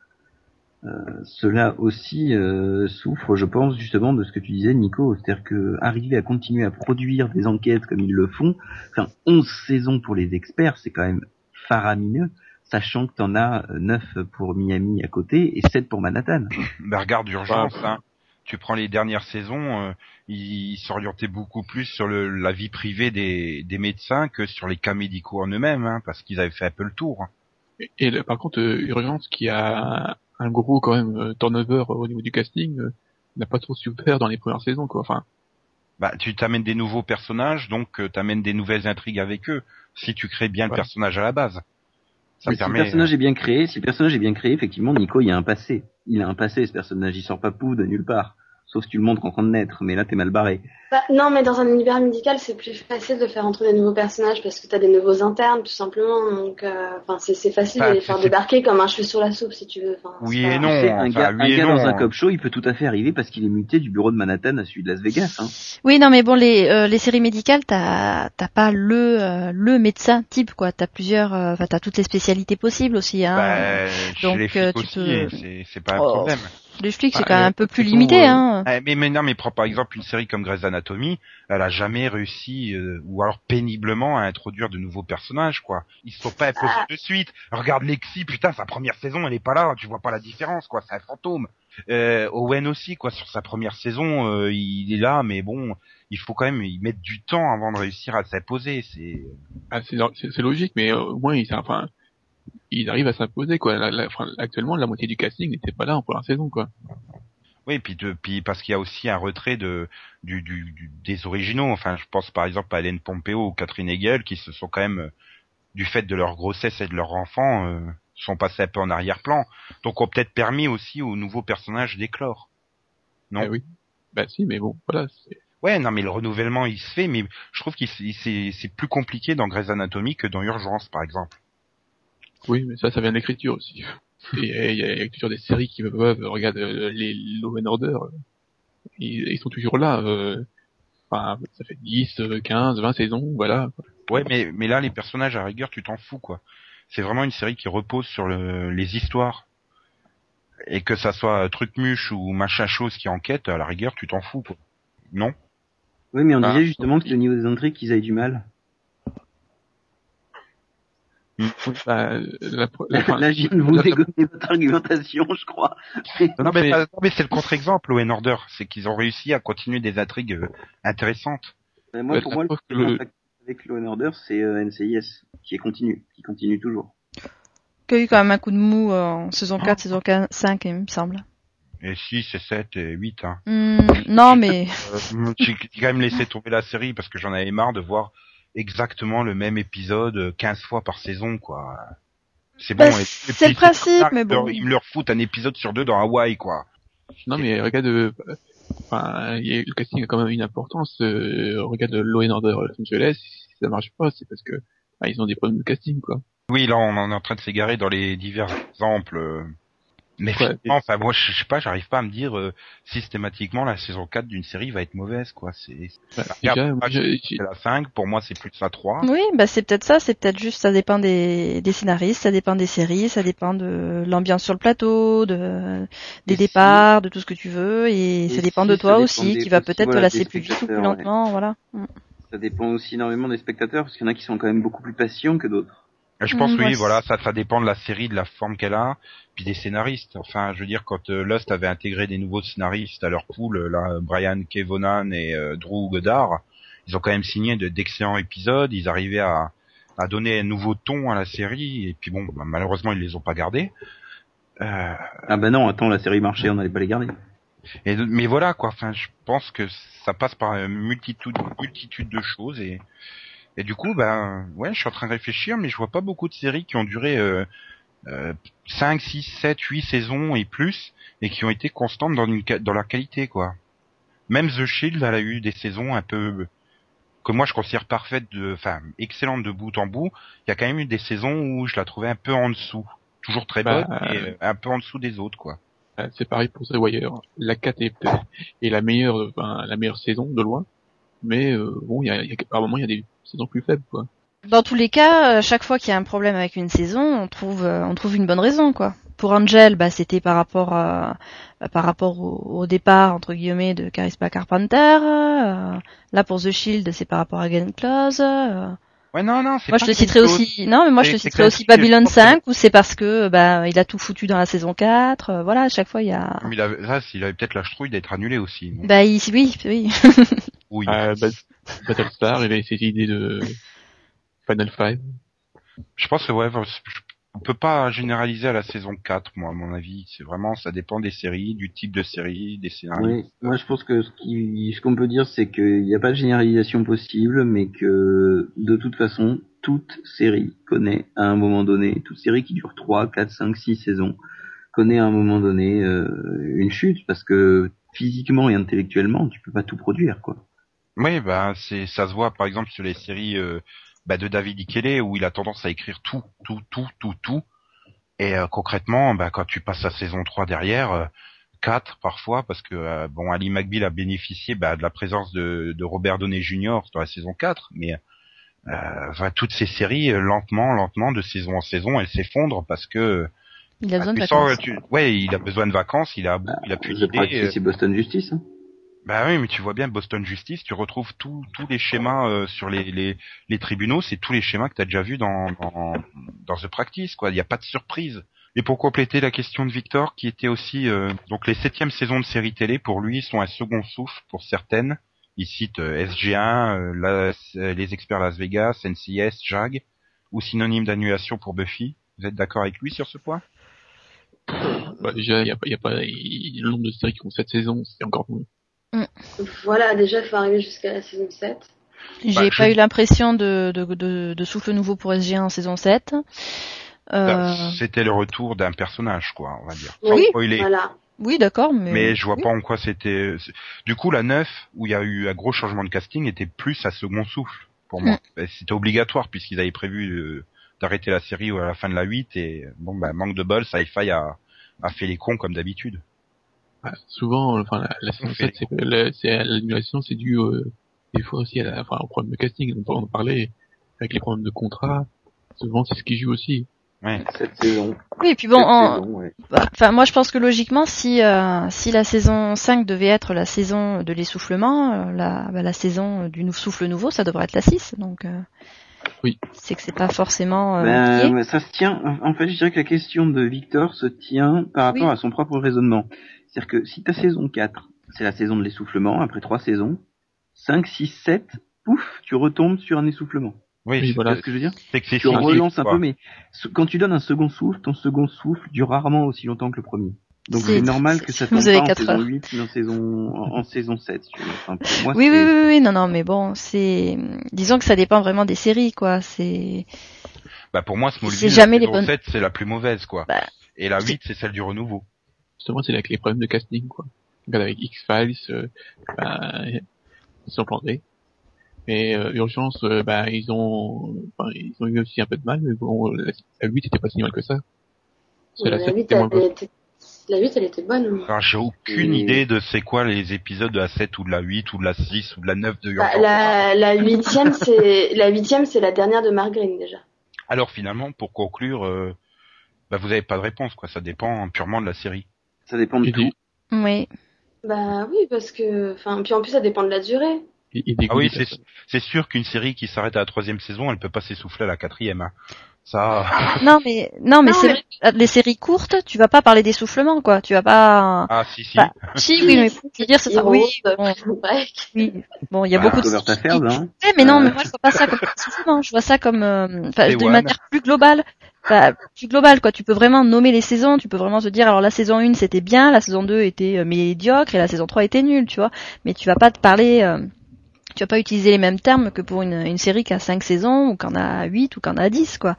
Cela aussi souffre, je pense, justement de ce que tu disais, Nico, c'est-à-dire que arriver à continuer à produire des enquêtes comme ils le font, 11 saisons pour les experts, c'est quand même faramineux, sachant que t'en as 9 pour Miami à côté et 7 pour Manhattan. Bah regarde Urgence, hein. Tu prends les dernières saisons, ils s'orientaient beaucoup plus sur la vie privée des médecins que sur les cas médicaux en eux-mêmes, hein, parce qu'ils avaient fait un peu le tour. Par contre, Urgence, qui a un gros quand même turnover au niveau du casting, n'a pas trop souffert dans les premières saisons, quoi. Enfin, bah tu t'amènes des nouveaux personnages, donc t'amènes des nouvelles intrigues avec eux. Si tu crées bien le personnage à la base, ça mais permet. Si le personnage est bien créé, effectivement, Nico, il y a un passé. Il a un passé, ce personnage, il sort pas pouf de nulle part. Sauf si tu le montres en train de naître, mais là t'es mal barré. Bah, non, mais dans un univers médical, c'est plus facile de faire entrer des nouveaux personnages parce que t'as des nouveaux internes, tout simplement. Donc, c'est facile de les faire débarquer comme un cheveu sur la soupe, si tu veux. Oui et non. Un gars dans un cop show, il peut tout à fait arriver parce qu'il est muté du bureau de Manhattan à celui de Las Vegas. Hein. Oui, non, mais bon, les séries médicales, t'as pas le médecin type, quoi. T'as plusieurs, t'as toutes les spécialités possibles aussi, hein. Bah, donc les flics aussi, c'est pas un problème. Les flics, c'est quand même un peu plus limité, hein. Mais prends par exemple une série comme Grey's Anatomy, elle a jamais réussi, ou alors péniblement, à introduire de nouveaux personnages, quoi. Ils se sont pas imposés de suite. Regarde Lexi, putain, sa première saison, elle est pas là, tu vois pas la différence, quoi, c'est un fantôme. Owen aussi, quoi, sur sa première saison, il est là, mais bon, il faut quand même y mettre du temps avant de réussir à s'imposer, c'est logique, mais au moins, il arrive à s'imposer, quoi. Actuellement, la moitié du casting n'était pas là en première saison, quoi. Oui, puis parce qu'il y a aussi un retrait des originaux. Enfin, je pense par exemple à Ellen Pompeo ou Catherine Hegel qui se sont quand même, du fait de leur grossesse et de leur enfant, sont passés un peu en arrière-plan. Donc ont peut-être permis aussi aux nouveaux personnages d'éclore. Non? Oui. Bah si, mais bon, voilà. Ouais, non, mais le renouvellement il se fait, mais je trouve que c'est plus compliqué dans Grey's Anatomy que dans Urgence, par exemple. Oui, mais ça vient de l'écriture aussi. Et il y a toujours des séries qui peuvent, regarde, les Law and Order, ils sont toujours là, ça fait 10, 15, 20 saisons, voilà. Ouais, mais là, les personnages, à rigueur, tu t'en fous, quoi. C'est vraiment une série qui repose sur les histoires. Et que ça soit Trucmuche ou machin chose qui enquête, à la rigueur, tu t'en fous, quoi. Non? Oui, mais on disait justement que au niveau des intrigues, qu'ils avaient du mal. Là, je viens de vous dégommer votre argumentation, je crois. Non, mais c'est le contre-exemple, Law and Order. C'est qu'ils ont réussi à continuer des intrigues intéressantes. Pour moi, le avec Law and Order, c'est NCIS, qui continue toujours. Qu'il y a eu quand même un coup de mou en saison 4, saison 5, il me semble. Et 6, et 7, et 8, hein. Non, mais... J'ai quand même laissé tomber la série parce que j'en avais marre de voir exactement le même épisode 15 fois par saison, quoi. C'est bon. C'est le principe, mais bon. Ils me leur foutent un épisode sur 2 dans Hawaï, quoi. Non, mais regarde, le casting a quand même une importance. Regarde Law and Order Los Angeles, si ça marche pas, c'est parce que ils ont des problèmes de casting, quoi. Oui, là, on est en train de s'égarer dans les divers exemples. Mais finalement, moi, je sais pas, j'arrive pas à me dire systématiquement la saison 4 d'une série va être mauvaise, quoi. C'est la 5, pour moi, c'est plus la 3. Oui, c'est peut-être ça, c'est peut-être juste, ça dépend des scénaristes, ça dépend des séries, ça dépend de l'ambiance sur le plateau, des départs, de tout ce que tu veux, et ça dépend de toi aussi, qui va peut-être te lasser plus vite ou plus lentement, voilà. Ça dépend aussi énormément des spectateurs, parce qu'il y en a qui sont quand même beaucoup plus patients que d'autres. Je pense Moi, oui, voilà, ça dépend de la série, de la forme qu'elle a, puis des scénaristes. Enfin, je veux dire, quand Lost avait intégré des nouveaux scénaristes à leur pool, là, Brian Kevonan et Drew Goddard, ils ont quand même signé d'excellents épisodes. Ils arrivaient à donner un nouveau ton à la série, et puis bon, bah, malheureusement, ils les ont pas gardés. Ah bah non, attends, la série marchait, on n'allait pas les garder. Mais voilà quoi. Enfin, je pense que ça passe par une multitude de choses et du coup, ben ouais, je suis en train de réfléchir, mais je vois pas beaucoup de séries qui ont duré 5, 6, 7, 8 saisons et plus et qui ont été constantes dans leur qualité quoi. Même The Shield, elle a eu des saisons un peu que moi je considère excellentes de bout en bout. Il y a quand même eu des saisons où je la trouvais un peu en dessous, toujours très bonne, mais un peu en dessous des autres quoi. C'est pareil pour The Wire. La 4 est la meilleure saison de loin. Mais bon, à un moment, il y a des saisons plus faibles, quoi. Dans tous les cas, chaque fois qu'il y a un problème avec une saison, on trouve une bonne raison, quoi. Pour Angel, bah c'était par rapport au départ entre guillemets de Charisma Carpenter. Là pour The Shield, c'est par rapport à Glenn Close. Ouais, non, c'est Moi pas je te citerai quelque chose. aussi. Non, mais moi je te C'est citerai aussi classique, Babylon je pense 5 où c'est parce que il a tout foutu dans la saison 4. Voilà, à chaque fois il y a. Mais il avait peut-être la ch'trouille d'être annulé aussi. Donc. Bah oui. Oui. Battlestar, il avait ses idées de Final Five. Je pense que on peut pas généraliser à la saison 4, moi, à mon avis. C'est vraiment, ça dépend des séries, du type de série, des scénarios. Oui, moi je pense que ce qu'on peut dire, c'est qu'il n'y a pas de généralisation possible, mais que de toute façon, toute série connaît à un moment donné, toute série qui dure 3, 4, 5, 6 saisons, connaît à un moment donné une chute, parce que physiquement et intellectuellement, tu peux pas tout produire, quoi. Oui, ça se voit, par exemple, sur les séries de David Ikele, où il a tendance à écrire tout. Et concrètement, quand tu passes à saison 3 derrière, 4 parfois, parce que Ali McBeal a bénéficié de la présence de Robert Downey Jr. dans la saison 4, mais toutes ces séries, lentement, de saison en saison, elles s'effondrent parce que Il a besoin de vacances. il a besoin de vacances, il a plus d'idées. C'est Boston Justice, hein. Bah oui, mais tu vois bien Boston Justice, tu retrouves tous les schémas sur les tribunaux, c'est tous les schémas que tu as déjà vus dans The Practice, quoi. Il n'y a pas de surprise. Et pour compléter la question de Victor, qui était aussi donc les 7e saisons de séries télé pour lui sont un second souffle pour certaines. Il cite SG1, les experts Las Vegas, NCIS, JAG, ou synonyme d'annulation pour Buffy. Vous êtes d'accord avec lui sur ce point? Bah, déjà, il y a pas le nombre de séries qui ont 7 saisons, c'est encore moins. Voilà, déjà, il faut arriver jusqu'à la saison 7. J'ai pas eu l'impression de souffle nouveau pour SG1 en saison 7. C'était le retour d'un personnage, quoi, on va dire. Oui, spoiler. voilà. Oui, d'accord, Mais je vois pas en quoi c'était. Du coup, la 9, où il y a eu un gros changement de casting, était plus à second souffle pour moi. C'était obligatoire puisqu'ils avaient prévu d'arrêter la série à la fin de la 8 et manque de bol, Sci-Fi a fait les cons comme d'habitude. Souvent, la saison 7, l'annulation, c'est dû des fois aussi au problème de casting. On en parlait avec les problèmes de contrat. Souvent, c'est ce qui joue aussi. Ouais. Cette saison. Oui, et puis bon, Ouais. moi je pense que logiquement, si la saison 5 devait être la saison de l'essoufflement, la saison du souffle nouveau, ça devrait être la 6. Donc, oui. C'est que c'est pas forcément lié. Ça se tient. En fait, je dirais que la question de Victor se tient par rapport à son propre raisonnement. C'est-à-dire que si ta saison 4, c'est la saison de l'essoufflement, après 3 saisons, 5, 6, 7, pouf, tu retombes sur un essoufflement. Oui, voilà ce que je veux dire. C'est que c'est tu relances un peu, mais quand tu donnes un second souffle, ton second souffle dure rarement aussi longtemps que le premier. Donc c'est normal que ça tombe pas en saison 8, mais en saison 7. Enfin, pour moi, oui, non, mais bon, disons que ça dépend vraiment des séries, quoi. Pour moi, Smallville, la saison 7, c'est la plus mauvaise, quoi. Et la 8, c'est celle du renouveau. Justement, c'est avec les problèmes de casting, quoi. Regarde avec X-Files, ils sont plantés. Mais Urgence, ils ont eu aussi un peu de mal, mais bon, la 8 était pas si mal que ça. La 8, elle était bonne. Alors, j'ai aucune idée de c'est quoi les épisodes de la 7 ou de la 8 ou de la 6 ou de la 9 de Urgence. La 8e, c'est la dernière de Mark Green, déjà. Alors finalement, pour conclure, vous avez pas de réponse, quoi. Ça dépend purement de la série. Ça dépend de tout. Oui. Oui, parce que, puis en plus, ça dépend de la durée. il Ah oui, dégoûte. c'est sûr qu'une série qui s'arrête à la 3e saison, elle peut pas s'essouffler à la 4e. Hein. Ça, Non, mais Non, c'est vrai, les séries courtes, tu vas pas parler d'essoufflement, quoi. Tu vas pas. ah si. Bah, si, oui, mais je veux dire, c'est ça. Oui, bon, Break. oui. Bon, il y a Voilà, beaucoup de Clover Affairs, hein. Ouais, mais non, mais moi je vois pas ça comme essoufflement. Je vois ça comme, enfin, Day d'une one. manière plus globale. Enfin, plus globale, quoi. Tu peux vraiment nommer les saisons. Tu peux vraiment te dire, alors la saison 1 c'était bien, la saison 2 était médiocre et la saison 3 était nulle, tu vois. Mais tu vas pas te parler. Tu vas pas utiliser les mêmes termes que pour une série qui a 5 saisons, ou qu'en a 8, ou qu'en a 10, quoi.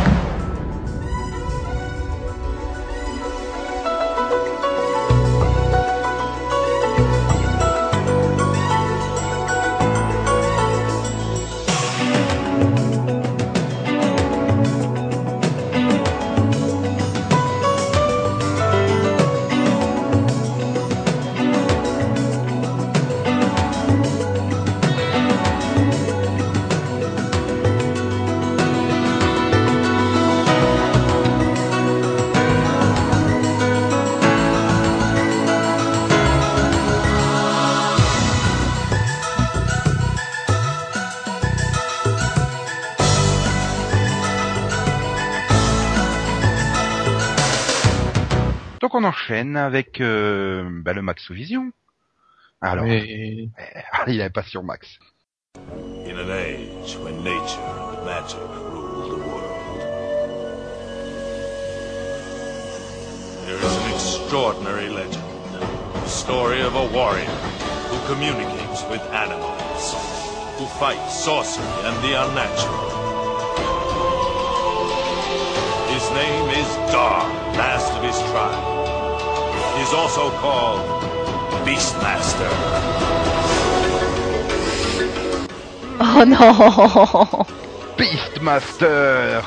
Donc on enchaîne avec le Maxovision. Alors, Mais il avait pas sur Max. In an age when nature and magic rule the world, there is an extraordinary legend, the story of a warrior who communicates with animals, who fights sorcery and the unnatural. His name is Dar, last of his tribe. He is also called Beastmaster. Oh non! Beastmaster.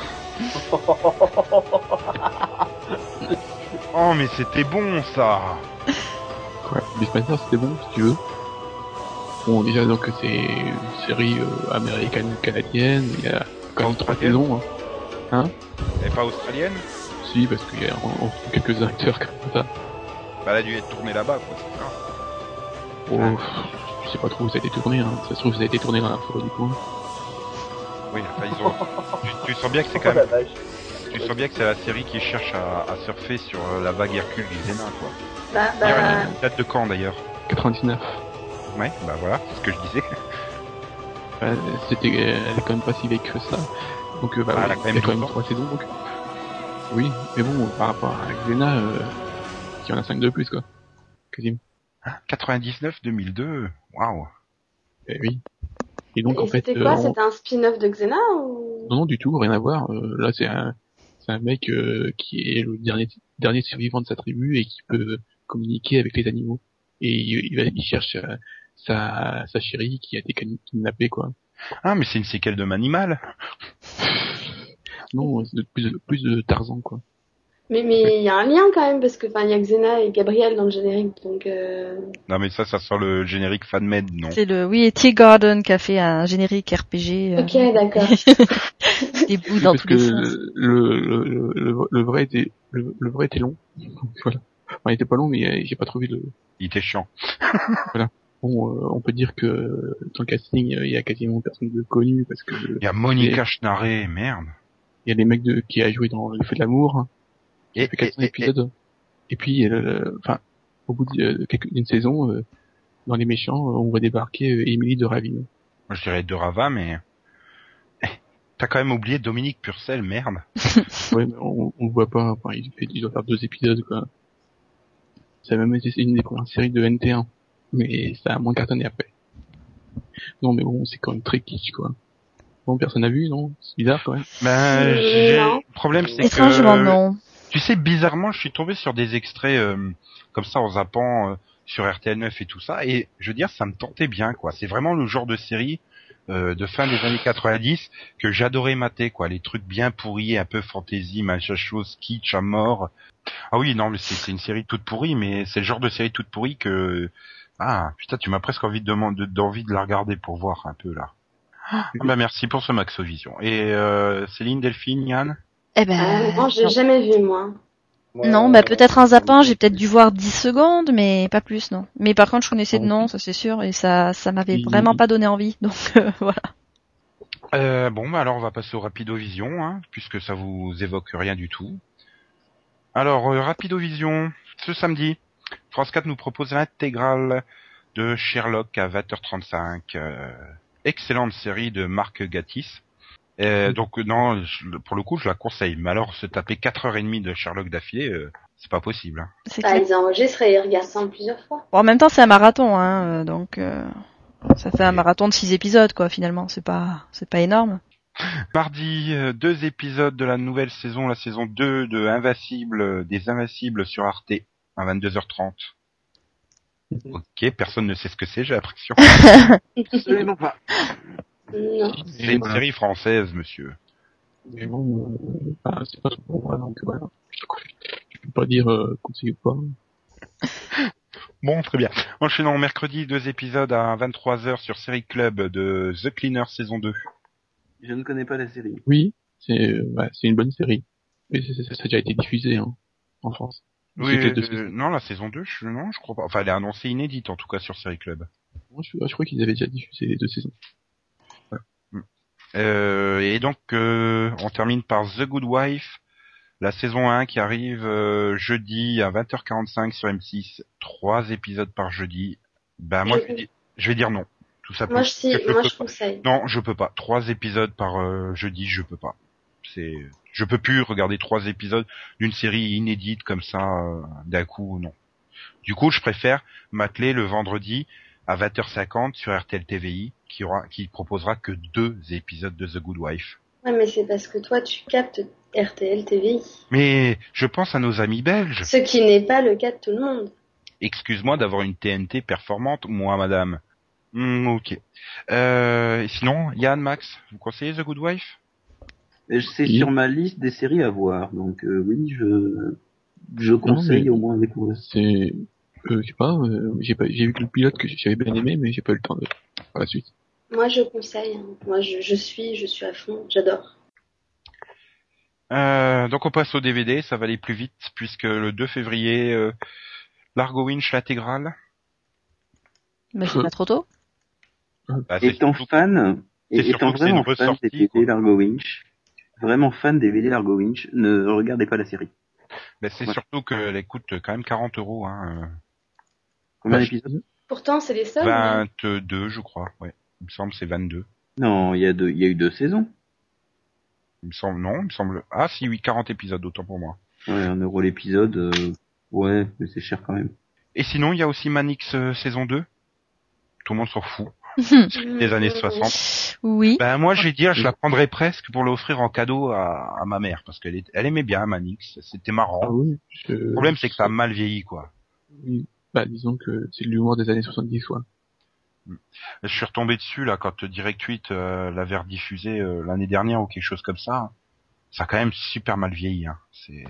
Oh mais c'était bon ça. quoi, Beastmaster c'était bon si tu veux. Bon déjà donc c'est une série américaine-canadienne, il y a quand même 3 saisons. Hein. Elle est pas australienne? Si, parce qu'il y a on trouve quelques acteurs comme ça. Bah elle a dû être tournée là-bas quoi, c'est ça. Oh, je sais pas trop où ça a été tourné, hein. Ça se trouve ça a été tourné dans la forêt du coin. Oui, enfin ils ont. tu sens bien que c'est quand même. Tu sens bien que c'est la série qui cherche à surfer sur la vague Hercule du Zéna quoi. Bah, Date de quand d'ailleurs? 99. Ouais, bah voilà, c'est ce que je disais. Elle est quand même pas si vieille que ça. Donc elle a quand même il y a quand 12 même ans. 3 saisons donc. Oui, mais bon, par rapport à Xena, qui en a 5 de plus quoi. Quasiment. 99-2002, waouh. Eh oui. Et donc et en fait. c'était quoi? C'était un spin-off de Xena ou? Non, du tout, rien à voir. Là, c'est un mec qui est le dernier survivant de sa tribu et qui peut communiquer avec les animaux. Et il cherche sa chérie qui a été kidnappée, quoi. Ah, mais c'est une séquelle de Manimal. Non, c'est plus de Tarzan, quoi. Mais il y a un lien quand même parce que enfin il y a Xena et Gabriel dans le générique donc. Non, mais ça sent le générique fan-made, non? C'est et T. Gordon qui a fait un générique RPG. Ok, d'accord. Des bouts dans Parce tous que les sens. le vrai était long. Donc, voilà. Enfin, il était pas long, mais j'ai pas trouvé le. Il était chiant. Bon, on peut dire que dans le casting, il y a quasiment personne de connu parce que. Il y a Monica Schnarret, merde. Il y a les mecs qui a joué dans Le Feu de l'amour. Il fait 400 épisodes. Et puis, enfin, au bout d'une saison, dans les méchants, on va débarquer Émilie de Ravine. Moi, je dirais de Rava, mais t'as quand même oublié Dominique Purcell, merde. Ouais, mais on le voit pas. Enfin, il doit faire 2 épisodes, quoi. Ça a même été une des premières séries de NT1. Mais ça a moins cartonné après. Non, mais bon, c'est quand même très kitsch, quoi. Bon, personne n'a vu, non? C'est bizarre, quand même. Ben, Non. le problème, c'est Étrangement, que... non. Tu sais, bizarrement, je suis tombé sur des extraits comme ça en zappant sur RTL9 et tout ça, et je veux dire, ça me tentait bien, quoi. C'est vraiment le genre de série de fin des années 90 que j'adorais mater, quoi. Les trucs bien pourris, un peu fantasy, machin chose, kitsch à mort. Ah oui, non, mais c'est une série toute pourrie, mais c'est le genre de série toute pourrie que... Ah, putain, tu m'as presque envie de la regarder pour voir un peu, là. Ah, bah merci pour ce Maxovision. Et Céline, Delphine, Yann? Eh ben, Non, j'ai jamais vu moi. Non, bah peut-être un zappin, j'ai peut-être dû voir 10 secondes, mais pas plus, non. Mais par contre, je connaissais de nom, ça c'est sûr, et ça m'avait vraiment pas donné envie, donc voilà. Bon, bah alors on va passer au Rapidovision, hein, puisque ça vous évoque rien du tout. Alors, Rapidovision, ce samedi, France 4 nous propose l'intégrale de Sherlock à 20h35. Excellente série de Marc Gatiss. Donc non, pour le coup, je la conseille. Mais alors, se taper 4h30 de Sherlock d'affilée, c'est pas possible. Hein. C'est Bah, clair. ils enregistrent et ils regardent ça en plusieurs fois. Bon, en même temps, c'est un marathon, hein, donc ça fait un marathon de 6 épisodes, quoi, finalement. C'est pas énorme. Mardi, 2 épisodes de la nouvelle saison, la saison 2 de Invincible, des Invincibles sur Arte, à 22h30. Ok, personne ne sait ce que c'est, j'ai l'impression. Absolument pas. Non. C'est une série française, monsieur. Mais bon, c'est pas trop pour moi, donc voilà. Je peux pas dire conseiller ou pas. Bon, très bien. Enchaînons mercredi, 2 épisodes à 23h sur Série Club de The Cleaner saison 2. Je ne connais pas la série. Oui, c'est une bonne série. Mais ça a déjà été diffusé hein, en France. Oui, C'est que deux saisons. non, la saison 2, non, je crois pas. Enfin, elle est annoncée inédite, en tout cas, sur Série Club. Moi, je crois qu'ils avaient déjà diffusé les 2 saisons. Et donc, on termine par The Good Wife, la saison 1 qui arrive jeudi à 20h45 sur M6. 3 épisodes par jeudi. Ben, moi, je vais dire non. Tout ça Moi, je conseille. Non, je peux pas. 3 épisodes par jeudi, je peux pas. Je peux plus regarder 3 épisodes d'une série inédite comme ça d'un coup, non. Du coup, je préfère m'atteler le vendredi à 20h50 sur RTL TVI qui proposera que 2 épisodes de The Good Wife. Ouais, mais c'est parce que toi, tu captes RTL TVI. Mais je pense à nos amis belges. Ce qui n'est pas le cas de tout le monde. Excuse-moi d'avoir une TNT performante, moi, madame. Ok. Sinon, Yann, Max, vous conseillez The Good Wife? C'est sur ma liste des séries à voir, donc oui, je conseille au moins à découvrir. C'est, je sais pas, j'ai vu que le pilote que j'avais bien aimé, mais j'ai pas eu le temps de faire la suite. Moi, je conseille. Hein. Moi, je suis à fond. J'adore. Donc on passe au DVD, ça va aller plus vite puisque le 2 février, Largo Winch l'intégrale. Mais c'est pas trop tôt. Bah, Étant surtout- fan, c'est surtout étant que c'est une vraiment fan ressortie, des DVD quoi. Largo Winch, vraiment fan des DVD Largo Winch, ne regardez pas la série. bah, c'est Ouais. surtout qu'elle coûte quand même 40 €. Hein. Combien Ouais, d'épisodes? Pourtant, c'est les seuls. hein. 22, je crois. Ouais. Il me semble c'est 22. Non, il y a eu 2 saisons. Il me semble non, il me semble. Ah si oui, 40 épisodes autant pour moi. Ouais, 1 € l'épisode, ouais, mais c'est cher quand même. Et sinon, il y a aussi Manix saison 2. Tout le monde s'en fout. Des années 60. Oui. Ben moi, je vais dire, je la prendrais presque pour l'offrir en cadeau à ma mère parce elle aimait bien Manix, c'était marrant. Ah oui. Le problème c'est que ça a mal vieilli quoi. Oui. Bah, disons que c'est de l'humour des années 70, quoi. Je suis retombé dessus là quand Direct 8 l'avait rediffusé l'année dernière ou quelque chose comme ça. Ça a quand même super mal vieilli. Hein. C'est.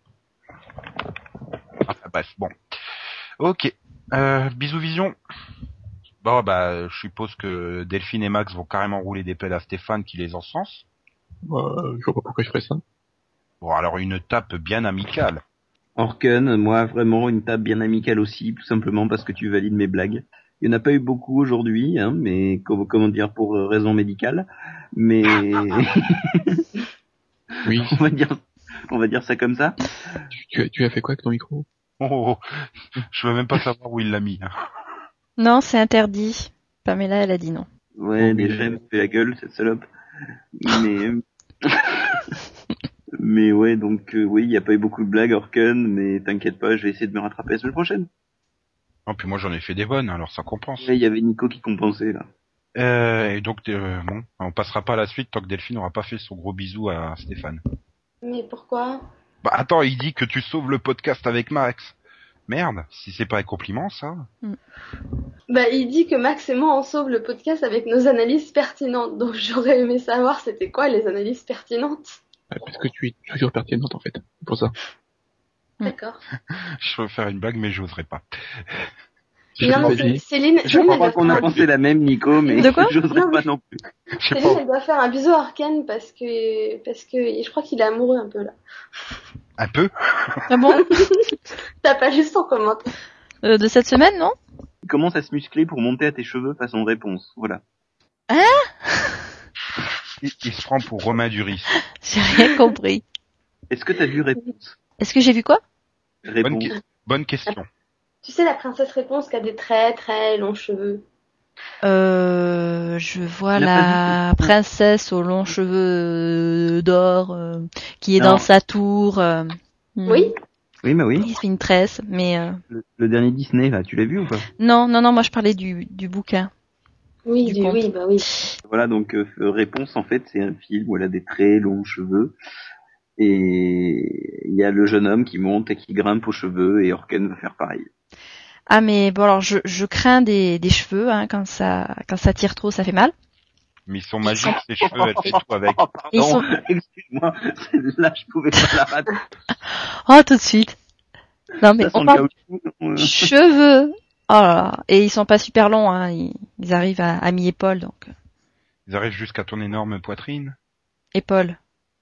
Enfin, bref, bon. Ok. Bisous Vision. Bon bah, je suppose que Delphine et Max vont carrément rouler des pelles à Stéphane qui les encense. Je vois pas pourquoi je ferais ça. Bon alors une tape bien amicale. Orken, moi vraiment une table bien amicale aussi, tout simplement parce que tu valides mes blagues. Il n'y en a pas eu beaucoup aujourd'hui, hein, mais comment dire, pour raison médicale. Mais Oui. on va dire ça comme ça. Tu as fait quoi avec ton micro? Oh, je veux même pas savoir où il l'a mis. Hein. Non, c'est interdit. Pamela, elle a dit non. Ouais, déjà elle me fait la gueule cette salope. Mais mais ouais, donc oui, il n'y a pas eu beaucoup de blagues Orken, mais t'inquiète pas, je vais essayer de me rattraper la semaine prochaine. Non, puis moi j'en ai fait des bonnes, alors ça compense. Ouais, il y avait Nico qui compensait là. Et donc bon, on passera pas à la suite tant que Delphine n'aura pas fait son gros bisou à Stéphane. Mais pourquoi? Bah attends, il dit que tu sauves le podcast avec Max. Merde, si c'est pas un compliment ça. Bah, il dit que Max et moi on sauve le podcast avec nos analyses pertinentes. Donc j'aurais aimé savoir c'était quoi les analyses pertinentes. Parce que tu es toujours pertinente, en fait. C'est pour ça. D'accord. Je veux faire une blague mais j'oserais pas. Non, mais Vas-y. Céline, Je Céline, crois elle pas doit qu'on a faire un- pensé la même, Nico, mais De quoi j'oserais Non, pas non plus. Je sais Céline, pas. elle doit faire un bisou à Orken parce que je crois qu'il est amoureux un peu là. Un peu. Ah bon? T'as pas juste son commentaire. De cette semaine, non? Il commence à se muscler pour monter à tes cheveux façon réponse. Voilà. Il se prend pour Romain Duris. J'ai rien compris. Est-ce que t'as vu réponse? Est-ce que j'ai vu quoi? Réponse. Bonne question. Tu sais, la princesse réponse qui a des très très longs cheveux. Je vois Il a la pas princesse aux longs cheveux d'or qui est Non. dans sa tour. Oui. Oui, bah oui. Il se fait une tresse, mais Le dernier Disney, là, tu l'as vu ou pas? non, moi je parlais du bouquin. Oui, Du conte. oui, bah oui. Voilà, donc Réponse, en fait, c'est un film où elle a des très longs cheveux. Et il y a le jeune homme qui monte et qui grimpe aux cheveux et Orken va faire pareil. Ah mais bon alors je crains des cheveux hein, quand ça tire trop ça fait mal. Mais ils sont magiques, ses cheveux, elle fait tout avec. Oh, Ils pardon, sont- excuse-moi, là je pouvais pas la rater. Oh tout de suite. Non mais Ça sent on le parle caoutchouc. cheveux. Oh là là. Et ils sont pas super longs hein, ils arrivent à mi-épaule donc Ils arrivent jusqu'à ton énorme poitrine. épaule.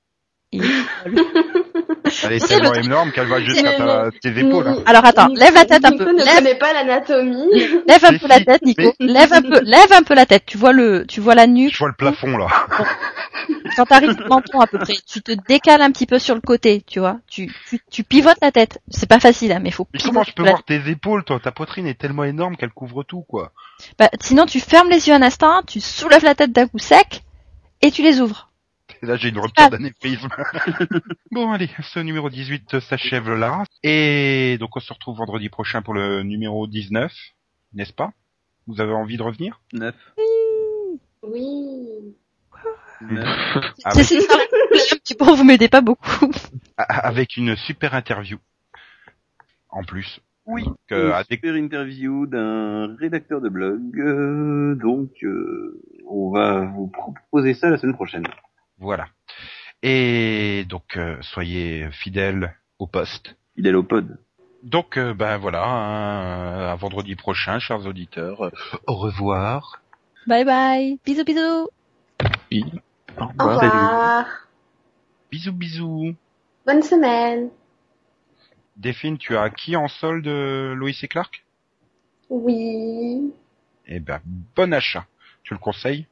Elle est C'est tellement le- énorme qu'elle va jusqu'à Mais- tes épaules. Hein. Alors attends, lève la tête un Nico peu. ne Lève, connaît pas l'anatomie. lève un Mais peu la si, tête Nico. mais- Lève un peu la tête. Tu vois la nuque. Je vois le plafond là. Quand t'arrives au menton à peu près, tu te décales un petit peu sur le côté, tu vois. Tu pivotes la tête. C'est pas facile, hein, mais faut Mais pivoter comment je peux la voir tes épaules, toi? Ta poitrine est tellement énorme qu'elle couvre tout, quoi. Bah, sinon, tu fermes les yeux un instant, tu soulèves la tête d'un coup sec, et tu les ouvres. Et là, j'ai une rupture d'anévrisme. Bon, allez, ce numéro 18 s'achève là. Et donc, on se retrouve vendredi prochain pour le numéro 19, n'est-ce pas? Vous avez envie de revenir? 9. Oui. 9. Avec, C'est ça, un petit peu, vous m'aidez pas beaucoup. avec une super interview. En plus. Oui. Une Avec... super interview d'un rédacteur de blog. Donc, on va vous proposer ça la semaine prochaine. Voilà. Et donc, soyez fidèles au poste. Fidèle au pod. Donc, ben voilà, à vendredi prochain, chers auditeurs. Au revoir. Bye bye. Bisous, bisous. Oui. Au Au revoir. revoir. Bisous, bisous. Bonne semaine. Delphine, tu as qui en solde, Lois et Clark? Oui. Eh ben, bon achat. Tu le conseilles?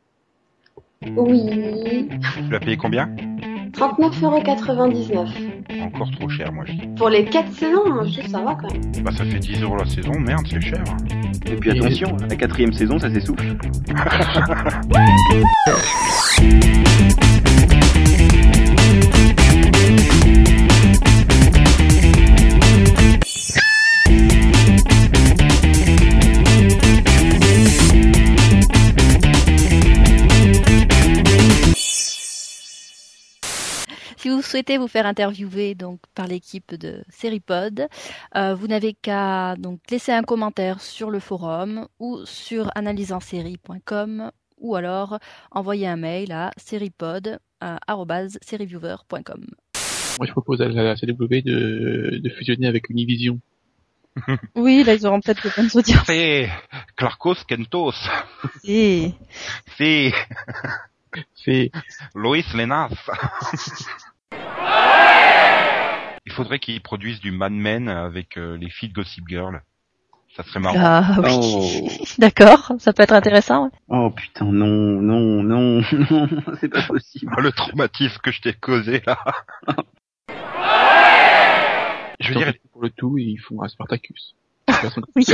Oui. Tu l'as payé combien? 39,99€. Encore trop cher, moi je dis. Pour les 4 saisons, moi je trouve que ça va quand même. Bah ça fait 10 € la saison, merde, c'est cher. Et puis attention, la 4e saison, ça s'essouffle. Si vous souhaitez vous faire interviewer donc par l'équipe de Seripod, vous n'avez qu'à donc laisser un commentaire sur le forum ou sur analysensérie.com ou alors envoyer un mail à seripod@serieviewer.com. Moi, je propose à la CW de fusionner avec Univision. Oui, là ils auront peut-être de bonnes audiences. C'est Clarkos Kentos. Et... C'est C'est Lois Lenas. Il faudrait qu'ils produisent du Mad Men avec les filles de Gossip Girl. Ça serait marrant. Ah oui, Oh. d'accord, ça peut être intéressant. Ouais. Oh putain, non, non, non, non, c'est pas possible. Le traumatisme que je t'ai causé là. Je veux dire, pour le tout, ils font un Spartacus. Personne- Oui.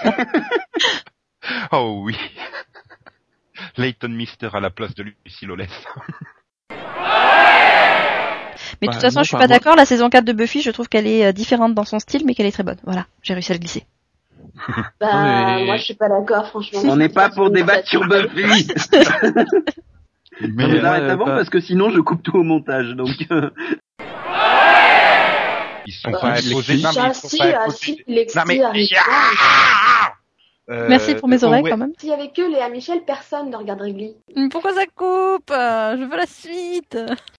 oh oui. Leighton Mister à la place de Lucy Lawless. Mais de Bah, toute façon, non, je suis enfin, pas moi- d'accord. La saison 4 de Buffy, je trouve qu'elle est différente dans son style, mais qu'elle est très bonne. Voilà, j'ai réussi à le glisser. Bah, Non, mais- moi je suis pas d'accord, franchement. On n'est pas pour débattre sur Buffy. Mais On arrête là, avant pas- parce que sinon je coupe tout au montage. Donc ils sont pas imposés. Non, mais Ah, ils sont si, pas ah, imposés. si, Lexi Non, mais- arrive Merci pour mes oreilles ouais. quand même. S'il y avait que Léa Michel, personne ne regarderait Glee. Pourquoi ça coupe Je veux la suite.